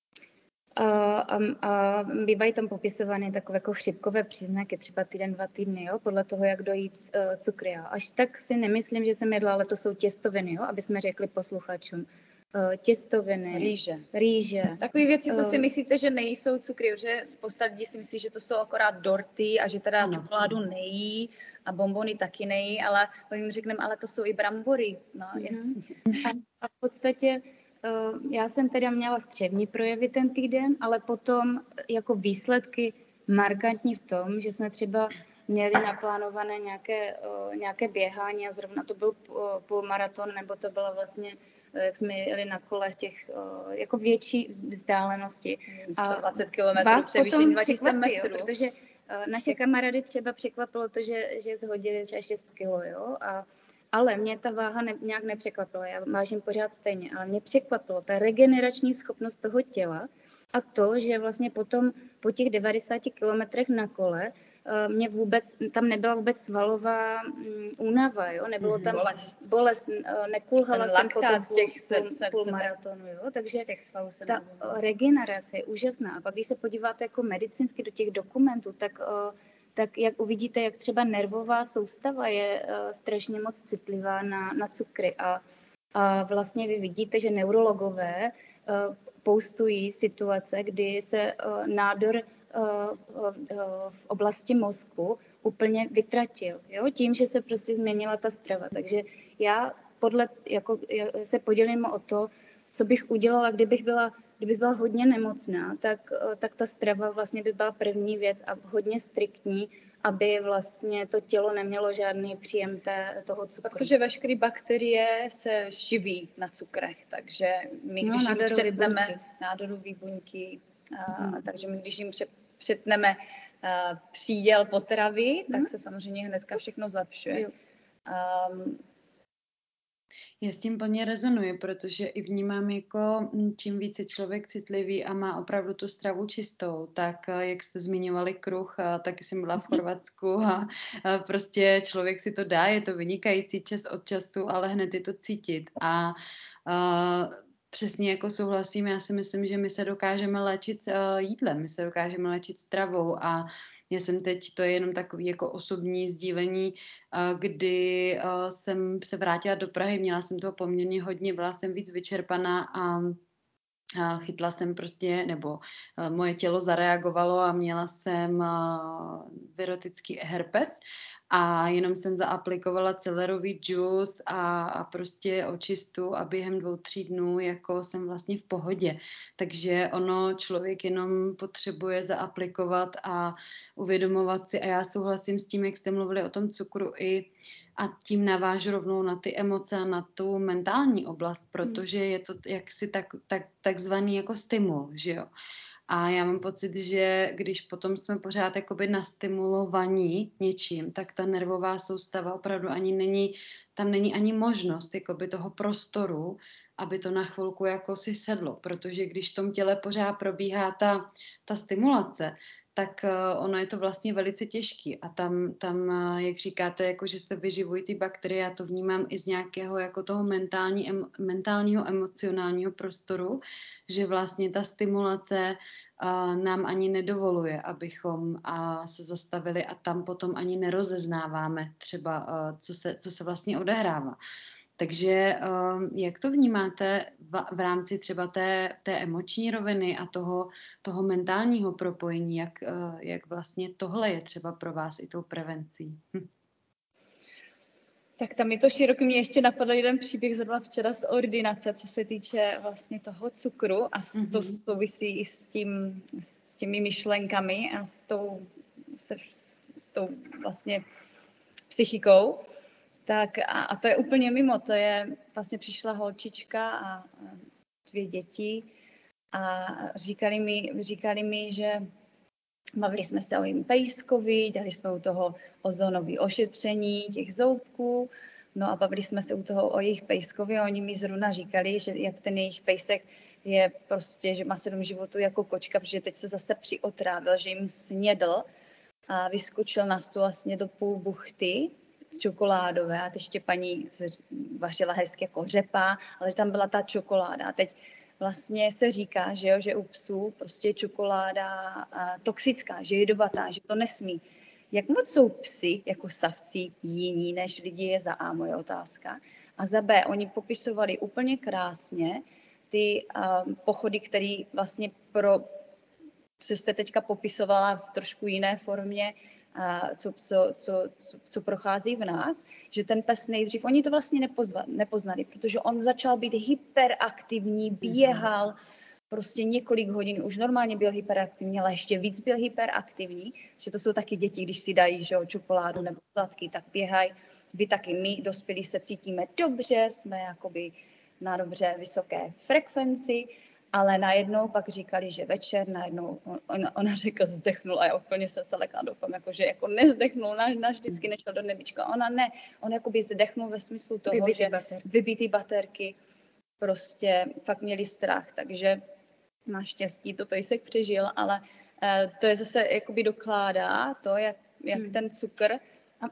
A, a, a bývají tam popisovány takové jako chřipkové příznaky, třeba týden, dva týdny, jo, podle toho, jak dojít uh, cukry. Až tak si nemyslím, že jsem jedla, ale to jsou těstoviny, jo, aby jsme řekli posluchačům. Uh, těstoviny, rýže. rýže. Takové věci, co si myslíte, že nejsou cukry, že spousta lidí si myslí, že to jsou akorát dorty a že teda ano. čokoládu nejí a bonbony taky nejí, ale jim řekneme, ale to jsou i brambory. No, mm-hmm. a, a v podstatě já jsem teda měla střevní projevy ten týden, ale potom jako výsledky markantní v tom, že jsme třeba měli naplánované nějaké, nějaké běhání a zrovna to byl půlmaraton, nebo to bylo vlastně, jak jsme jeli na kole těch jako větší vzdálenosti. sto dvacet kilometrů, převýšení dva tisíce metrů. Protože naše kamarády třeba překvapilo to, že, že zhodili třeba šest kilo, jo, a ale mě ta váha ne, nějak nepřekvapila, já vážím pořád stejně, ale mě překvapilo ta regenerační schopnost toho těla a to, že vlastně potom po těch devadesáti kilometrech na kole mě vůbec, tam nebyla vůbec svalová um, únava, jo, nebylo tam bolest, bolest nekulhala jsem po tom půl, půl maratonu, jo, takže ta regenerace je úžasná. A pak když se podíváte jako medicínsky do těch dokumentů, tak uh, tak jak uvidíte, jak třeba nervová soustava je uh, strašně moc citlivá na, na cukry. A, a vlastně vy vidíte, že neurologové uh, poustují situace, kdy se uh, nádor uh, uh, v oblasti mozku úplně vytratil. Jo? Tím, že se prostě změnila ta strava. Takže já podle, jako, se podělím o to, co bych udělala, kdybych byla kdybych byla hodně nemocná, tak, tak ta strava vlastně by byla první věc a hodně striktní, aby vlastně to tělo nemělo žádný příjem té, toho cukru. Protože veškeré bakterie se živí na cukrech, takže my, no, když jim přetneme buňky. nádorové buňky, a, hmm. takže my, když jim přetneme a, příděl potravy, hmm. tak se samozřejmě hnedka všechno zlepšuje. Um, Já s tím plně rezonuji, protože i vnímám jako čím více člověk citlivý a má opravdu tu stravu čistou, tak jak jste zmiňovali kruh, taky jsem byla v Chorvatsku a, a prostě člověk si to dá, je to vynikající čas od času, ale hned je to cítit a, a přesně jako souhlasím, já si myslím, že my se dokážeme léčit uh, jídlem, my se dokážeme léčit stravou a já jsem teď, to je jenom takový jako osobní sdílení, kdy jsem se vrátila do Prahy, měla jsem toho poměrně hodně, byla jsem víc vyčerpaná a chytla jsem prostě, nebo moje tělo zareagovalo a měla jsem virotický herpes a jenom jsem zaaplikovala celerový džus a, a prostě očistu a během dvou, tří dnů jako jsem vlastně v pohodě. Takže ono člověk jenom potřebuje zaaplikovat a uvědomovat si a já souhlasím s tím, jak jste mluvili o tom cukru i a tím navážu rovnou na ty emoce a na tu mentální oblast, protože je to jaksi tak, tak, takzvaný jako stimul, že jo. A já mám pocit, že když potom jsme pořád jakoby nastimulovaní něčím, tak ta nervová soustava opravdu ani není, tam není ani možnost jakoby toho prostoru, aby to na chvilku jako si sedlo, protože když v tom těle pořád probíhá ta, ta stimulace, tak uh, ono je to vlastně velice těžký a tam, tam uh, jak říkáte, jako že se vyživují ty bakterie, já to vnímám i z nějakého jako toho mentální, em, mentálního, emocionálního prostoru, že vlastně ta stimulace uh, nám ani nedovoluje, abychom uh, se zastavili a tam potom ani nerozeznáváme třeba, uh, co se, co se vlastně odehrává. Takže jak to vnímáte v rámci třeba té, té emoční roviny a toho, toho mentálního propojení, jak, jak vlastně tohle je třeba pro vás i tou prevencí? Hm. Tak tam je to široký. Mě ještě napadl jeden příběh zrovna včera z ordinace, co se týče vlastně toho cukru a mm-hmm. to souvisí i s, tím, s těmi myšlenkami a s tou, se, s tou vlastně psychikou. Tak a, a to je úplně mimo, to je, vlastně přišla holčička a, a dvě děti a říkali mi, říkali mi, že bavili jsme se o jim pejskovi, dělali jsme u toho ozónové ošetření těch zoubků, no a bavili jsme se u toho o jejich pejskovi a oni mi zrovna říkali, že jak ten jejich pejsek je prostě, že má sedm životů jako kočka, protože teď se zase přiotrávil, že jim snědl a vyskočil na stůl a snědl půl buchty čokoládové a teď ještě paní vařila hezky jako řepa, ale že tam byla ta čokoláda. A teď vlastně se říká, že, jo, že u psů prostě je čokoláda a, toxická, že je jedovatá, že to nesmí. Jak moc jsou psy jako savci jiní než lidi je za A, moje otázka. A za B, oni popisovali úplně krásně ty um, pochody, které vlastně pro, co jste teďka popisovala v trošku jiné formě, Co, co, co, co, co prochází v nás, že ten pes nejdřív, oni to vlastně nepozva, nepoznali, protože on začal být hyperaktivní, běhal prostě několik hodin, už normálně byl hyperaktivní, ale ještě víc byl hyperaktivní, že to jsou taky děti, když si dají že, čokoládu nebo sladký, tak běhají. Vy taky, my dospělí se cítíme dobře, jsme jakoby na dobře vysoké frekvenci, ale najednou pak říkali, že večer, najednou ona, ona řekla, zdechnul a já úplně jsem se lekla, doufám, jako, že jako nezdechnul, navždycky nešel do nebička. Ona ne, on jakoby zdechnul ve smyslu toho, vybitý že baterky. vybitý baterky prostě fakt měli strach, takže naštěstí to pejsek přežil, ale uh, to je zase jakoby dokládá to, jak, jak hmm. ten cukr uh,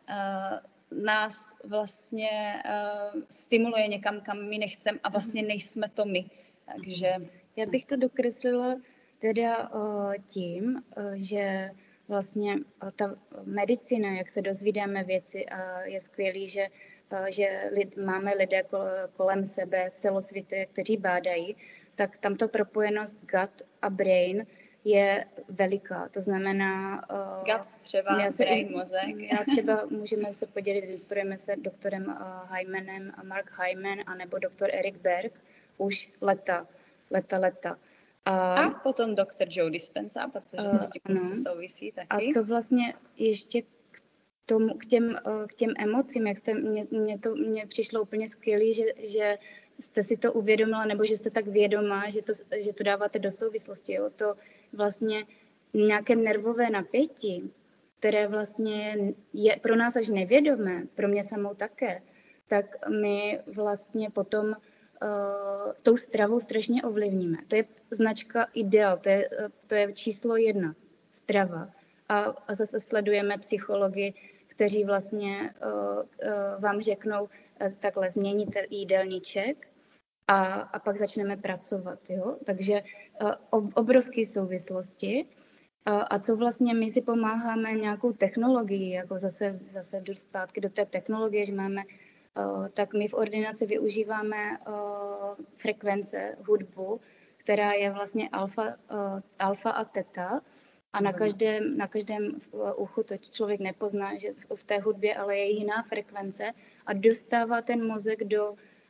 nás vlastně uh, stimuluje někam, kam my nechceme a vlastně nejsme to my. Takže já bych to dokreslila teda uh, tím, uh, že vlastně uh, ta medicína, jak se dozvídáme věci, uh, je skvělý, že, uh, že lid, máme lidé kol, kolem sebe, celosvětě, kteří bádají, tak tamto propojenost gut a brain je veliká. To znamená... Uh, gut třeba, se, brain, mozek. Já třeba můžeme se podělit, inspirujeme se doktorem uh, Hymanem, Mark Hyman, anebo doktor Eric Berg, už leta, leta, leta. A, a potom doktor Joe Dispenza, protože to s tím uh, prostě souvisí taky. A co vlastně ještě k, tomu, k, těm, k těm emocím, jak jste, mě, mě to mě přišlo úplně skvělý, že, že jste si to uvědomila, nebo že jste tak vědomá, že to, že to dáváte do souvislosti. Jo? To vlastně nějaké nervové napětí, které vlastně je pro nás až nevědomé, pro mě samou také, tak my vlastně potom uh, tou stravou strašně ovlivníme. To je značka ideál, to je, to je číslo jedna, strava. A, a zase sledujeme psychologi, kteří vlastně uh, uh, vám řeknou, uh, takhle změníte jídelníček a, a pak začneme pracovat. Jo? Takže uh, obrovské souvislosti. A co vlastně my si pomáháme nějakou technologií, jako zase, zase jdu zpátky do té technologie, že máme, tak my v ordinaci využíváme frekvence, hudbu, která je vlastně alfa, alfa a teta. A na každém, na každém uchu to člověk nepozná, že v té hudbě ale je jiná frekvence a dostává ten mozek do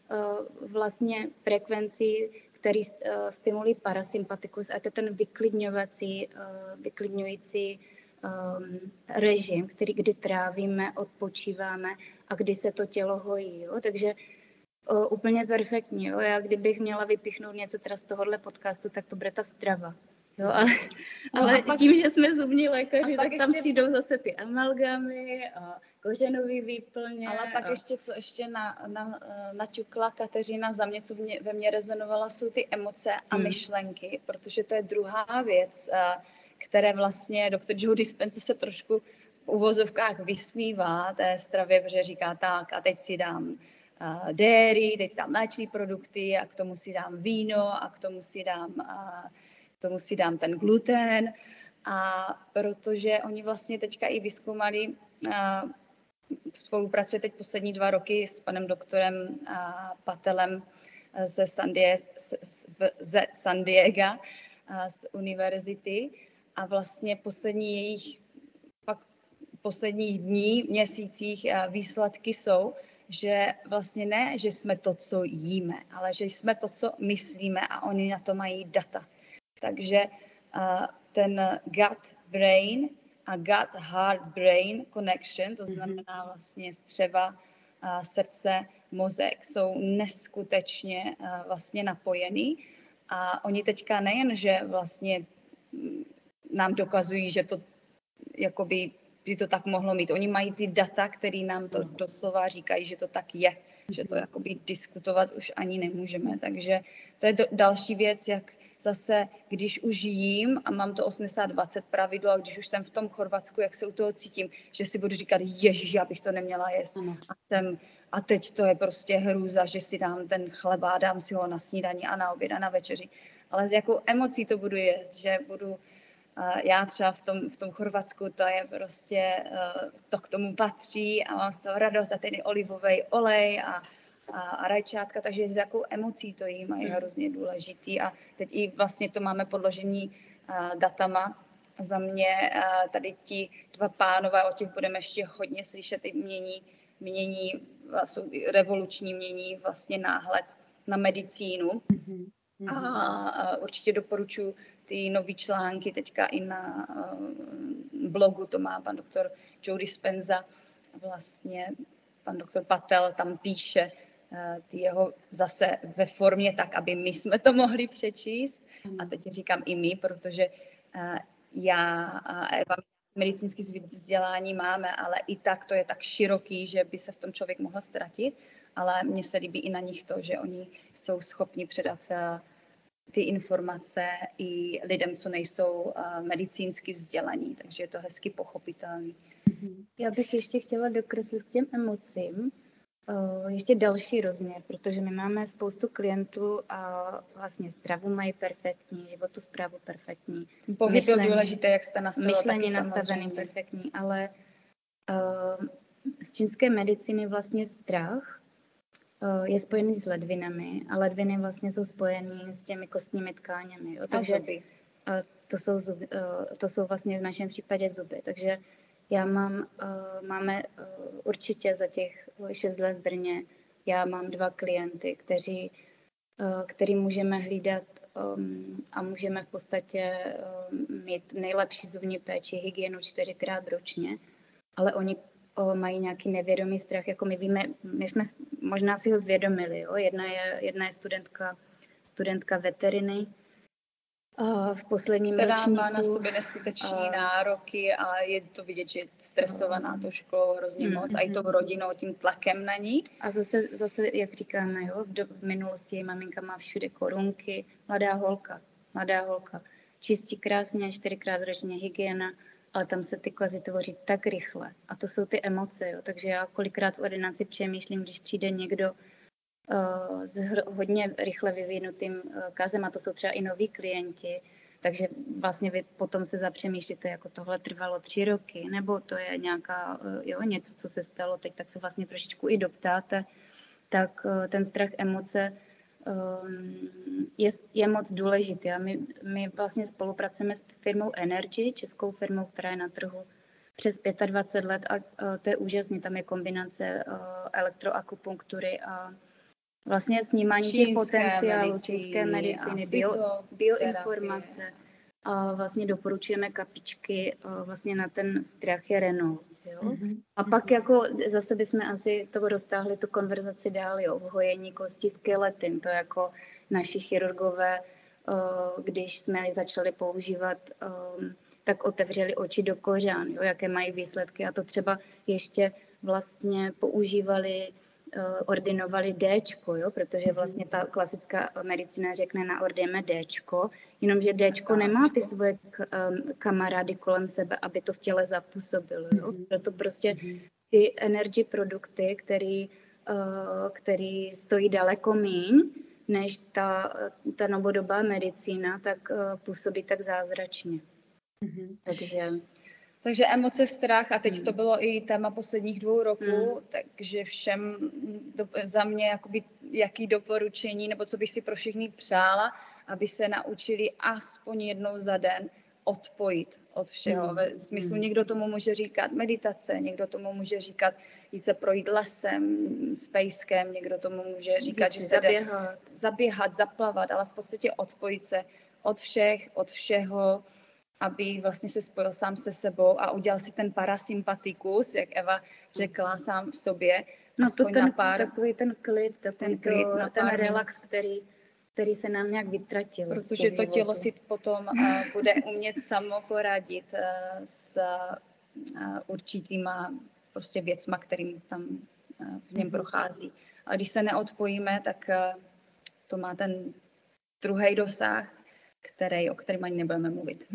vlastně frekvencí, který stimulují parasympatikus, a to ten vyklidňovací, vyklidňující um, režim, který, kdy trávíme, odpočíváme a kdy se to tělo hojí. Jo? Takže o, úplně perfektní. Jo? Já kdybych měla vypichnout něco teda z tohohle podcastu, tak to bude ta strava. Jo? Ale, no ale pak, tím, že jsme zubní lékaři, tak tam ještě přijdou zase ty amalgamy a kořenový výplně. Ale pak a... ještě, co ještě na, na, naťukla Kateřina za mě, co mě, ve mně rezonovala, jsou ty emoce a hmm. myšlenky, protože to je druhá věc, které vlastně doktor Joe Dispenza se trošku v uvozovkách vysmívá té stravě, protože říká tak a teď si dám uh, dairy, teď si dám mléčné produkty a k tomu si dám víno a k tomu si dám, uh, k tomu si dám ten gluten. A protože oni vlastně teďka i vyzkoumali, uh, spolupracuje teď poslední dva roky s panem doktorem uh, Patelem ze San, Die, ze San Diego uh, z univerzity a vlastně poslední jejich pak posledních dní, měsících uh, výsledky jsou, že vlastně ne, že jsme to, co jíme, ale že jsme to, co myslíme a oni na to mají data. Takže uh, ten gut brain a gut heart brain connection, to znamená vlastně střeva, uh, srdce, mozek, jsou neskutečně uh, vlastně napojený. A oni teďka nejen, že vlastně nám dokazují, že to jakoby by to tak mohlo mít. Oni mají ty data, které nám to doslova říkají, že to tak je. Že to jakoby diskutovat už ani nemůžeme. Takže to je do, další věc, jak zase, když už jím a mám to osmdesát dvacet pravidlo a když už jsem v tom Chorvatsku, jak se u toho cítím, že si budu říkat, ježiš, já bych to neměla jíst. A, jsem, a teď to je prostě hrůza, že si dám ten chleba, dám si ho na snídani a na oběd a na večeři. Ale s jakou emocí to budu jíst, že budu já třeba v tom, v tom Chorvatsku, to je prostě, to k tomu patří a mám z toho radost a ten olivový olej a, a, a rajčátka, takže s jakou emocí to jím a je hrozně důležitý. A teď i vlastně to máme podložení uh, datama. Za mě uh, tady ti dva pánové, o těch budeme ještě hodně slyšet, i mění, mění jsou revoluční, mění vlastně náhled na medicínu. Mm-hmm. A, a určitě doporučuji ty nový články, teďka i na uh, blogu, to má pan doktor Joe Dispenza, vlastně pan doktor Patel tam píše uh, ty jeho zase ve formě tak, aby my jsme to mohli přečíst. Mm. A teď říkám i my, protože uh, já a Eva medicínské vzdělání máme, ale i tak to je tak široký, že by se v tom člověk mohl ztratit, ale mně se líbí i na nich to, že oni jsou schopni předat ty informace i lidem, co nejsou uh, medicínsky vzdělaní, takže je to hezky pochopitelný. Já bych ještě chtěla dokreslit k těm emocím uh, ještě další rozměr, protože my máme spoustu klientů a vlastně stravu mají perfektní, životosprávu perfektní. Pohyb byl důležité, jak jste nastavila. Myšlení nastavený perfektní, ale uh, z čínské medicíny vlastně strach je spojený s ledvinami a ledviny vlastně jsou spojený s těmi kostními tkáněmi. Jo? Takže to jsou, zuby, to jsou vlastně v našem případě zuby. Takže já mám, máme určitě za těch šest let v Brně, já mám dva klienty, kteří, který můžeme hlídat um, a můžeme v podstatě um, mít nejlepší zubní péči, hygienu čtyřikrát ročně, ale oni o, mají nějaký nevědomý strach, jako my víme, my jsme možná si ho zvědomili, jo? Jedna je, jedna je studentka, studentka veteriny, a v posledním která ročníku, má na sobě neskutečné a, nároky a je to vidět, že je stresovaná tou školou hrozně moc mm, a i tou rodinou, tím tlakem na ní. A zase, zase jak říkáme, jo, v, do, v minulosti maminka má všude korunky, mladá holka, mladá holka, čistí krásně, čtyřikrát ročně hygiena, ale tam se ty kvazy tvoří tak rychle. A to jsou ty emoce, jo. Takže já kolikrát v ordinaci přemýšlím, když přijde někdo uh, s hr- hodně rychle vyvinutým uh, kazem, a to jsou třeba i noví klienti, takže vlastně vy potom se zapřemýšlíte, jako tohle trvalo tři roky, nebo to je nějaká, uh, jo, něco, co se stalo teď, tak se vlastně trošičku i doptáte, tak uh, ten strach, emoce um, je, je moc důležitý. A my, my vlastně spolupracujeme s firmou Energy, českou firmou, která je na trhu přes dvacet pět let a uh, to je úžasné. Tam je kombinace uh, elektroakupunktury a vlastně snímání těch potenciálů medicíny čínské medicíny, a bio, fytoterapie. bioinformace. A vlastně doporučujeme kapičky a vlastně na ten strach je Renault. Jo? Mhm. A pak jako zase bychom asi to roztáhli tu konverzaci dál, jo, v hojení kosti skeletin, to jako naši chirurgové, když jsme ji začali používat, tak otevřeli oči do kořán, jo, jaké mají výsledky a to třeba ještě vlastně používali, ordinovali Dčko, jo, protože vlastně ta klasická medicína řekne naordinujeme Dčko, jenomže Dčko nemá ty svoje kamarády kolem sebe, aby to v těle zapůsobilo. Jo. Proto prostě ty energy produkty, který, který stojí daleko míň, než ta, ta novodobá medicína, tak působí tak zázračně. Mm-hmm. Takže... Takže emoce, strach a teď hmm. to bylo i téma posledních dvou roků, hmm. takže všem do, za mě jakoby, jaký doporučení, nebo co bych si pro všechny přála, aby se naučili aspoň jednou za den odpojit od všeho. Hmm. Ve smyslu hmm. někdo tomu může říkat meditace, někdo tomu může říkat jít se projít lesem, s pejskem, někdo tomu může říkat, že se zaběhat. jde zaběhat, zaplavat, ale v podstatě odpojit se od všech, od všeho, aby vlastně se spojil sám se sebou a udělal si ten parasympatikus, jak Eva řekla, sám v sobě. No to ten, pár, takový ten klid, takový ten, klid to, ten relax, který, který se nám nějak vytratil. Protože to tělo si potom uh, bude umět samo poradit uh, s uh, určitýma prostě věcma, kterým tam uh, v něm mm-hmm. prochází. A když se neodpojíme, tak uh, to má ten druhý dosah, který, o kterém ani nebudeme mluvit.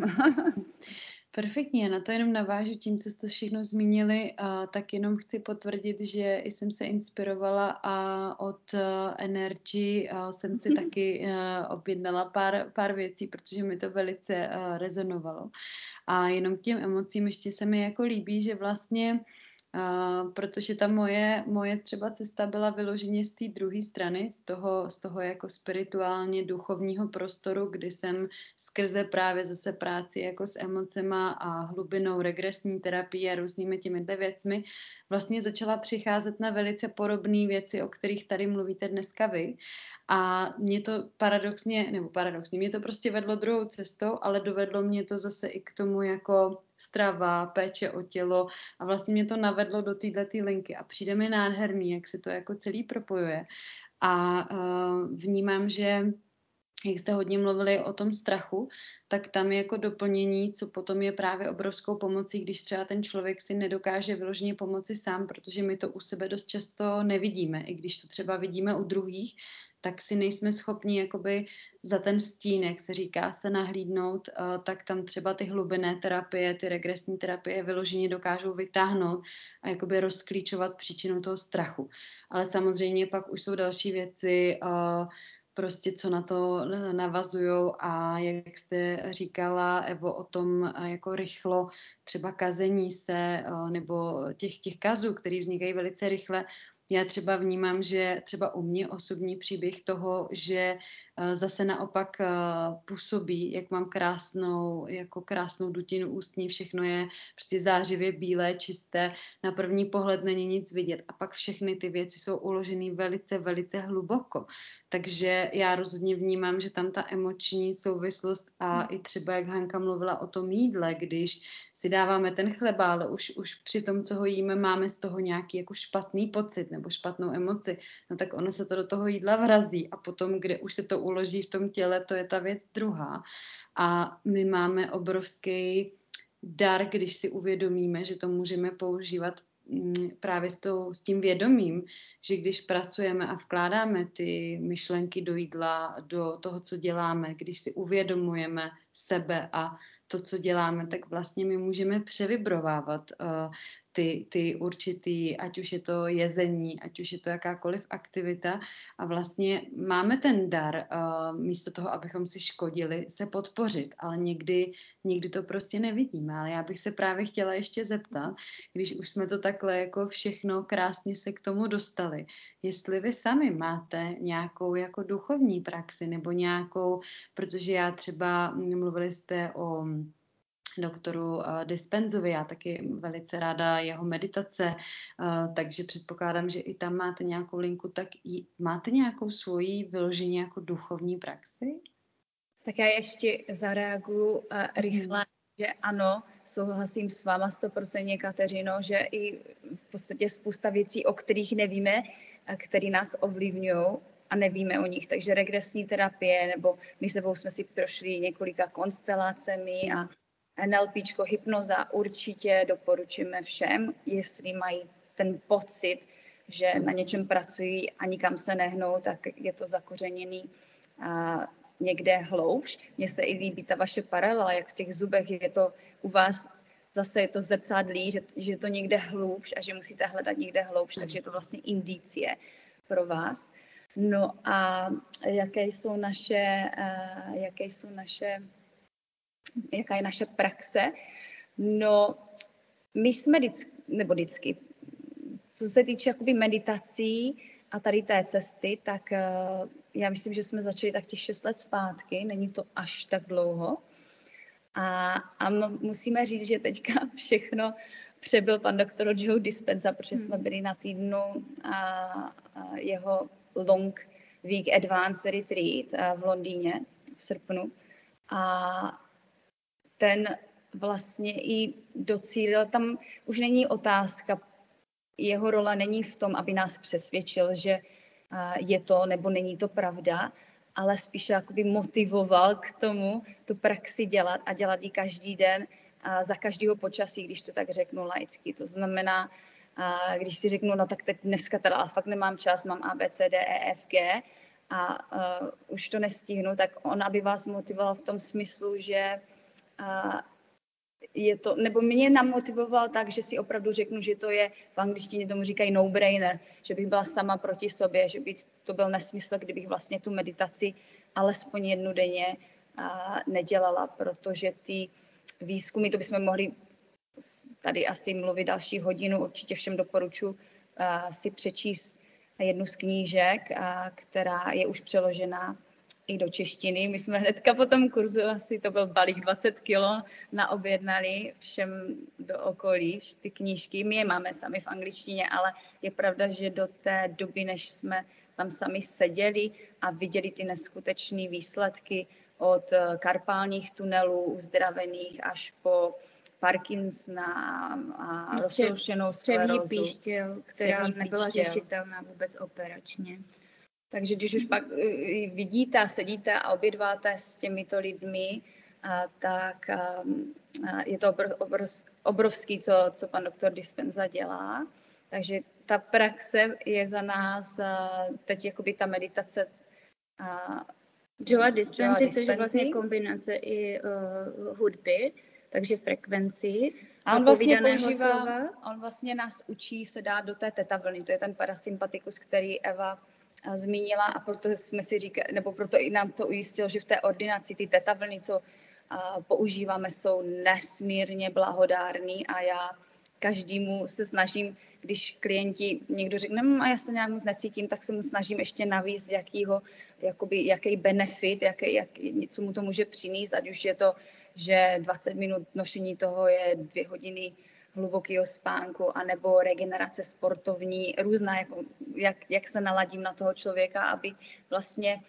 Perfektně, na to jenom navážu tím, co jste všechno zmínili, a tak jenom chci potvrdit, že jsem se inspirovala a od uh, Energy uh, jsem si taky uh, objednala pár, pár věcí, protože mi to velice uh, rezonovalo. A jenom k těm emocím ještě se mi jako líbí, že vlastně Uh, protože ta moje, moje třeba cesta byla vyloženě z té druhé strany, z toho, z toho jako spirituálně duchovního prostoru, kdy jsem skrze právě zase práci jako s emocema a hlubinou regresní terapii a různými těmihle věcmi vlastně začala přicházet na velice podobné věci, o kterých tady mluvíte dneska vy. A mě to paradoxně, nebo paradoxně, mě to prostě vedlo druhou cestou, ale dovedlo mě to zase i k tomu jako strava, péče o tělo a vlastně mě to navedlo do této linky a přijde mi nádherný, jak se to jako celý propojuje. A uh, vnímám, že jak jste hodně mluvili o tom strachu, tak tam je jako doplnění, co potom je právě obrovskou pomocí, když třeba ten člověk si nedokáže vyloženě pomoci sám, protože my to u sebe dost často nevidíme. I když to třeba vidíme u druhých, tak si nejsme schopni jakoby za ten stín, jak se říká, se nahlídnout, tak tam třeba ty hlubinné terapie, ty regresní terapie vyloženě dokážou vytáhnout a jakoby rozklíčovat příčinu toho strachu. Ale samozřejmě pak už jsou další věci, prostě co na to navazujou a jak jste říkala, Evo, o tom jako rychlo třeba kazení se nebo těch, těch kazů, které vznikají velice rychle. Já třeba vnímám, že třeba u mě osobní příběh toho, že zase naopak působí, jak mám krásnou, jako krásnou dutinu ústní, všechno je prostě zářivě bílé, čisté, na první pohled není nic vidět a pak všechny ty věci jsou uložené velice, velice hluboko. Takže já rozhodně vnímám, že tam ta emoční souvislost a i třeba, jak Hanka mluvila o tom jídle, když si dáváme ten chleba, ale už, už při tom, co ho jíme, máme z toho nějaký jako špatný pocit nebo špatnou emoci, no tak ono se to do toho jídla vrazí a potom, kde už se to uloží v tom těle, to je ta věc druhá. A my máme obrovský dar, když si uvědomíme, že to můžeme používat právě s, tou, s tím vědomím, že když pracujeme a vkládáme ty myšlenky do jídla, do toho, co děláme, když si uvědomujeme sebe a to, co děláme, tak vlastně my můžeme převibrovávat uh, ty, ty určitý, ať už je to jezení, ať už je to jakákoliv aktivita a vlastně máme ten dar, uh, místo toho, abychom si škodili, se podpořit, ale někdy, někdy to prostě nevidíme, ale já bych se právě chtěla ještě zeptat, když už jsme to takhle jako všechno krásně se k tomu dostali, jestli vy sami máte nějakou jako duchovní praxi nebo nějakou, protože já třeba mluvili jste o doktoru uh, Dispenzovi, já taky velice ráda jeho meditace, uh, takže předpokládám, že i tam máte nějakou linku, tak i máte nějakou svoji vyloženě jako duchovní praxi? Tak já ještě zareaguju uh, rychle, hmm. že ano, souhlasím s váma stoprocentně, Kateřino, že i v podstatě spousta věcí, o kterých nevíme, které nás ovlivňují a nevíme o nich. Takže regresní terapie, nebo my sebou jsme si prošli několika konstelácemi hmm. a NLPčko, hypnoza určitě doporučíme všem, jestli mají ten pocit, že na něčem pracují a nikam se nehnou, tak je to zakořeněný a někde hloubš. Mně se i líbí ta vaše paralela, jak v těch zubech je to u vás, zase je to zrcadlí, že, že je to někde hloubš a že musíte hledat někde hloubš, takže je to vlastně indicie pro vás. No a jaké jsou naše, uh, jaké jsou naše jaká je naše praxe. No, my jsme vždycky, nebo vždycky, co se týče jakoby meditací a tady té cesty, tak uh, já myslím, že jsme začali tak těch šest let zpátky, není to až tak dlouho. A, a musíme říct, že teďka všechno přebyl pan doktor Joe Dispenza, protože jsme byli na týdnu a, a jeho Long Week Advanced Retreat a v Londýně v srpnu. A ten vlastně i docílil, tam už není otázka, jeho role není v tom, aby nás přesvědčil, že je to nebo není to pravda, ale spíše jakoby motivoval k tomu tu praxi dělat a dělat ji každý den a za každého počasí, když to tak řeknu laicky. To znamená, když si řeknu, no tak teď dneska teda ale fakt nemám čas, mám A, B, C, D, E, F, G a uh, už to nestihnu, tak on, aby vás motivoval v tom smyslu, že a je to, nebo mě namotivoval tak, že si opravdu řeknu, že to je, v angličtině tomu říkají no-brainer, že bych byla sama proti sobě, že by to byl nesmysl, kdybych vlastně tu meditaci alespoň jednu denně a, nedělala, protože ty výzkumy, to bychom mohli tady asi mluvit další hodinu, určitě všem doporučuji si přečíst jednu z knížek, a, která je už přeložená i do češtiny. My jsme hnedka po tom kurzu, asi to byl balík dvacet kilo, naobjednali všem do okolí ty knížky. My je máme sami v angličtině, ale je pravda, že do té doby, než jsme tam sami seděli a viděli ty neskutečné výsledky od karpálních tunelů uzdravených až po Parkinsona a roztroušenou sklerózu. Střevní píštěl, která nebyla řešitelná vůbec operačně. Takže když už pak vidíte a sedíte a obědváte s těmito lidmi, a, tak a, a je to obrov, obrov, obrovský, co, co pan doktor Dispenza dělá. Takže ta praxe je za nás a, teď jakoby ta meditace a, Joe Dispenza, což je vlastně kombinace i uh, hudby, takže frekvenci. A on vlastně používá, on vlastně nás učí se dát do té teta vlny, to je ten parasympatikus, který Eva zmínila a proto jsme si říkali, nebo proto i nám to ujistil, že v té ordinaci ty teta vlny, co a, používáme, jsou nesmírně blahodárný a já každému se snažím, když klienti někdo řekne, no, a já se nějak moc necítím, tak se mu snažím ještě navíc, jakýho, jakoby, jaký benefit, jaký, jak, co mu to může přinést, ať už je to, že dvacet minut nošení toho je dvě hodiny hlubokého spánku, anebo regenerace sportovní, různá, jako, jak, jak se naladím na toho člověka, aby vlastně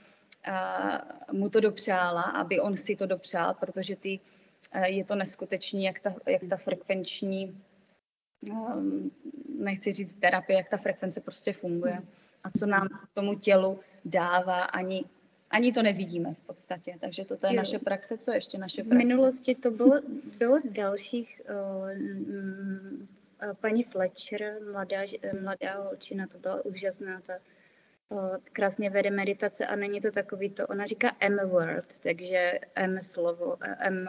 uh, mu to dopřála, aby on si to dopřál, protože ty, uh, je to neskutečný, jak ta, jak ta frekvenční, um, nechci říct terapie, jak ta frekvence prostě funguje a co nám tomu tělu dává, ani Ani to nevidíme v podstatě, takže toto je jo. naše praxe. Co ještě naše praxe? V minulosti to bylo, bylo dalších, uh, um, paní Fletcher, mladá, mladá holčina, to byla úžasná, ta uh, krásně vede meditace a není to takový to, ona říká M-word, takže M slovo, M,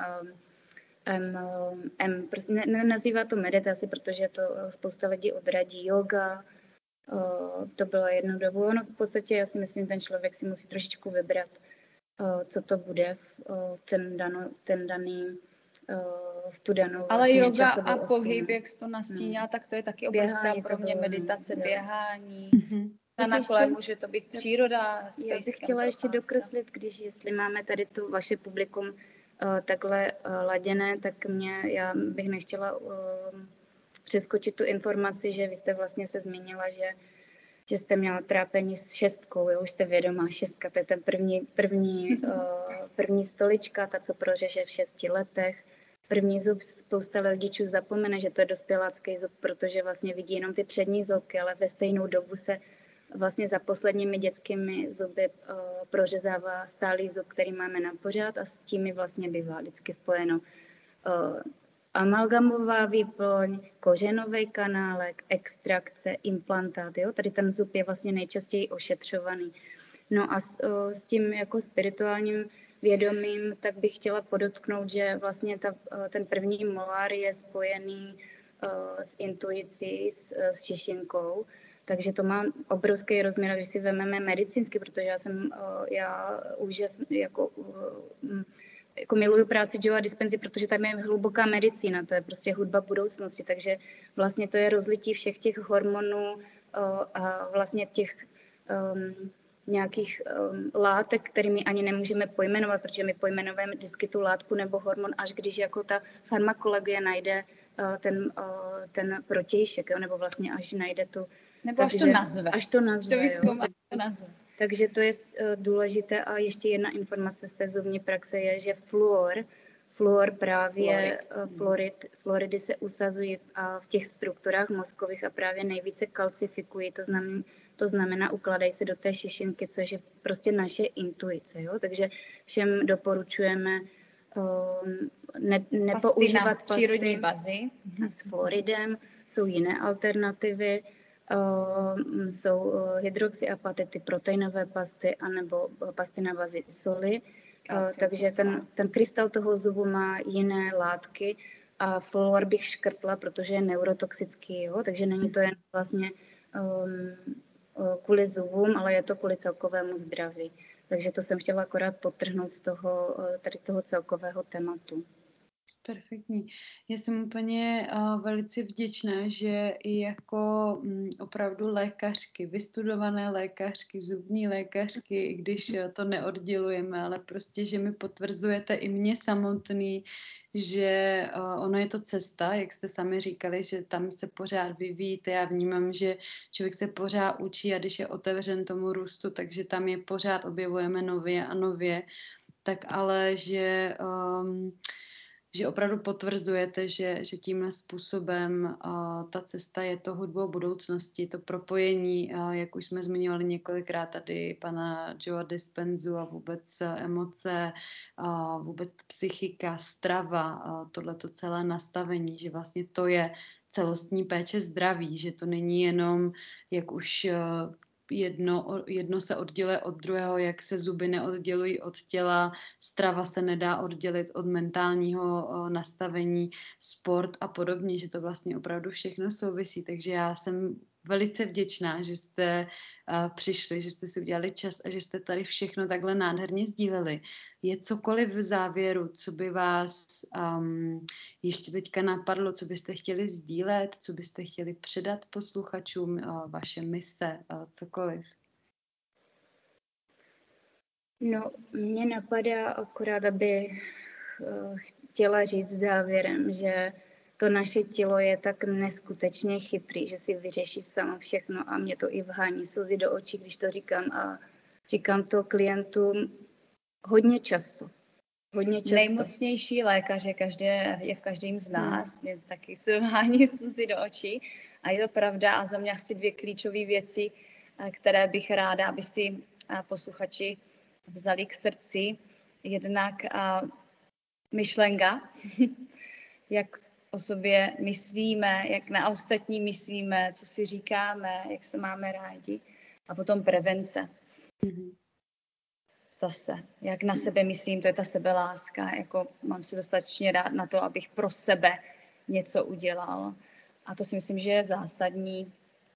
M, M prostě ne, nenazývá to meditaci, protože to spousta lidí odradí, yoga, Uh, to bylo jednu dobu. Ono v podstatě, já si myslím, ten člověk si musí trošičku vybrat, uh, co to bude v uh, ten, dano, ten daný, uh, v tu danou Ale vlastně yoga a osinu. Pohyb, jak jsi to nastínila, no. tak to je taky obrovská pro mě meditace, jo. běhání. Mm-hmm. A na kole může to být příroda s Já bych chtěla ještě dokreslit, když jestli máme tady tu vaše publikum uh, takhle uh, laděné, tak mě, já bych nechtěla uh, přeskočit tu informaci, že vy jste vlastně se zmínila, že, že jste měla trápení s šestkou, jo, už jste vědomá, šestka, to je ten první, první, uh, první stolička, ta, co prořeže v šesti letech. První zub, spousta rodičů zapomene, že to je dospělácký zub, protože vlastně vidí jenom ty přední zubky, ale ve stejnou dobu se vlastně za posledními dětskými zuby uh, prořezává stálý zub, který máme na pořád a s tím vlastně bývá vždycky spojeno uh, amalgamová výplň, kořenový kanálek, extrakce, implantát. Jo? Tady ten zub je vlastně nejčastěji ošetřovaný. No a s, o, s tím jako spirituálním vědomím, tak bych chtěla podotknout, že vlastně ta, ten první molár je spojený o, s intuicí, s, s šišinkou. Takže to má obrovský rozměr, když si vezmeme medicínsky, protože já jsem, o, já úžasně, jako... O, jako miluju práci Joea Dispenzy, protože tam je hluboká medicína, to je prostě hudba budoucnosti, takže vlastně to je rozlití všech těch hormonů a vlastně těch um, nějakých um, látek, kterými ani nemůžeme pojmenovat, protože my pojmenujeme vždycky tu látku nebo hormon, až když jako ta farmakologie najde uh, ten, uh, ten protějšek, jo, nebo vlastně až najde tu... Nebo takže, až to nazve. Až to nazve, to vyzkoumá, to nazve. Takže to je důležité a ještě jedna informace z té zubní praxe je, že fluor, fluor právě, Florid. Florid, floridy se usazují v těch strukturách mozkových a právě nejvíce kalcifikují, to znamená, to znamená ukladají se do té šišinky, což je prostě naše intuice. Jo? Takže všem doporučujeme um, ne, nepoužívat pasty, přírodní bazy s fluoridem, jsou jiné alternativy. Uh, jsou uh, hydroxyapatity, proteinové pasty anebo pasty na bázi soli. Uh, takže ten, ten krystal toho zubu má jiné látky a fluor bych škrtla, protože je neurotoxický, jo? Takže není to jen vlastně um, kvůli zubům, ale je to kvůli celkovému zdraví. Takže to jsem chtěla akorát podtrhnout z toho, tady z toho celkového tématu. Perfektní. Já jsem úplně uh, velice vděčná, že i jako um, opravdu lékařky, vystudované lékařky, zubní lékařky, i když uh, to neoddělujeme, ale prostě, že mi potvrzujete i mě samotný, že uh, ono je to cesta, jak jste sami říkali, že tam se pořád vyvíjíte. Já vnímám, že člověk se pořád učí a když je otevřen tomu růstu, takže tam je pořád objevujeme nově a nově. Tak ale, že... Um, že opravdu potvrzujete, že, že tímhle způsobem uh, ta cesta je to hudbou budoucnosti, to propojení, uh, jak už jsme zmiňovali několikrát tady pana Joea Dispenzu a vůbec uh, emoce, uh, vůbec psychika, strava, uh, tohleto celé nastavení, že vlastně to je celostní péče zdraví, že to není jenom, jak už uh, Jedno, jedno se odděluje od druhého, jak se zuby neoddělují od těla, strava se nedá oddělit od mentálního nastavení, sport a podobně, že to vlastně opravdu všechno souvisí. Takže já jsem velice vděčná, že jste uh, přišli, že jste si udělali čas a že jste tady všechno takhle nádherně sdíleli. Je cokoliv v závěru, co by vás um, ještě teďka napadlo, co byste chtěli sdílet, co byste chtěli předat posluchačům, uh, vaše mise, uh, cokoliv? No, mě napadá akorát, aby uh, chtěla říct závěrem, že to naše tělo je tak neskutečně chytrý, že si vyřeší samo všechno a mě to i vhání slzy do očí, když to říkám a říkám to klientům hodně často. Hodně často. Nejmocnější lékař je, každé, je v každém z nás, mě taky se vhání slzy do očí a je to pravda a za mě asi dvě klíčové věci, které bych ráda, aby si posluchači vzali k srdci. Jednak myšlenka, jak o sobě myslíme, jak na ostatní myslíme, co si říkáme, jak se máme rádi. A potom prevence. Mm-hmm. Zase, jak na sebe myslím, to je ta sebeláska. Jako mám se dostatečně rád na to, abych pro sebe něco udělal. A to si myslím, že je zásadní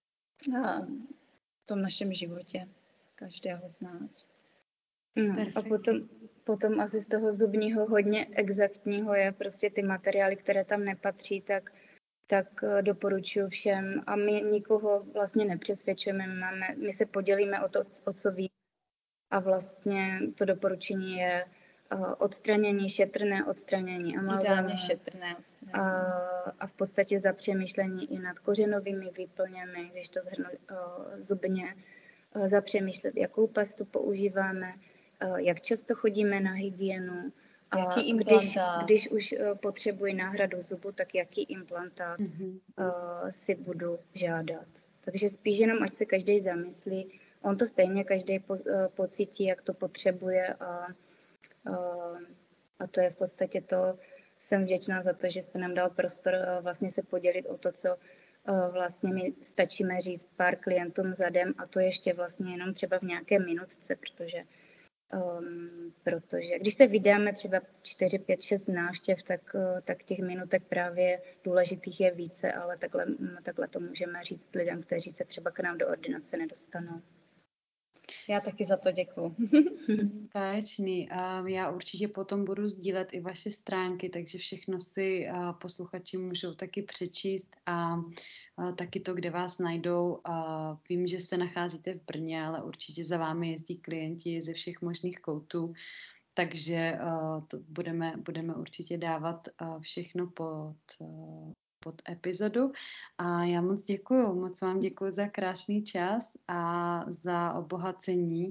v tom našem životě každého z nás. No, a potom, potom asi z toho zubního hodně exaktního je prostě ty materiály, které tam nepatří, tak, tak doporučuji všem. A my nikoho vlastně nepřesvědčujeme, my, máme, my se podělíme o to, o co ví. A vlastně to doporučení je uh, odstranění, šetrné odstranění amalgámu. šetrné odstranění. A, a v podstatě zapřemýšlení i nad kořenovými výplněmi, když to zhrnu uh, zubně, uh, zapřemýšlet, jakou pastu používáme, jak často chodíme na hygienu, jaký když, když už potřebuji náhradu zubu, tak jaký implantát mm-hmm. uh, si budu žádat. Takže spíš jenom, ať se každý zamyslí, on to stejně každý po, uh, pocítí, jak to potřebuje a, uh, a to je v podstatě to, jsem vděčná za to, že jste nám dal prostor uh, vlastně se podělit o to, co uh, vlastně my stačíme říct pár klientům zadem a to ještě vlastně jenom třeba v nějaké minutce, protože Um, protože když se vydáme třeba čtyři, pět, šest návštěv, tak, uh, tak těch minutek právě důležitých je více, ale takhle, takhle to můžeme říct lidem, kteří se třeba k nám do ordinace nedostanou. Já taky za to děkuju. Báječný. Já určitě potom budu sdílet i vaše stránky, takže všechno si posluchači můžou taky přečíst a taky to, kde vás najdou. Vím, že se nacházíte v Brně, ale určitě za vámi jezdí klienti ze všech možných koutů, takže to budeme, budeme určitě dávat všechno pod pod epizodu a já moc děkuju, moc vám děkuju za krásný čas a za obohacení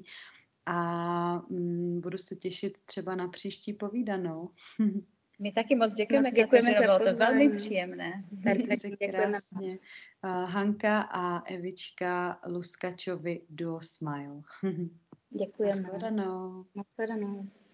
a mm, budu se těšit třeba na příští povídanou. My taky moc děkujeme, moc děkujeme za bylo to velmi příjemné. Se krásně. Uh, Hanka a Evička Luskačovi Duo Smile. Děkujeme. Nashledanou. Nashledanou.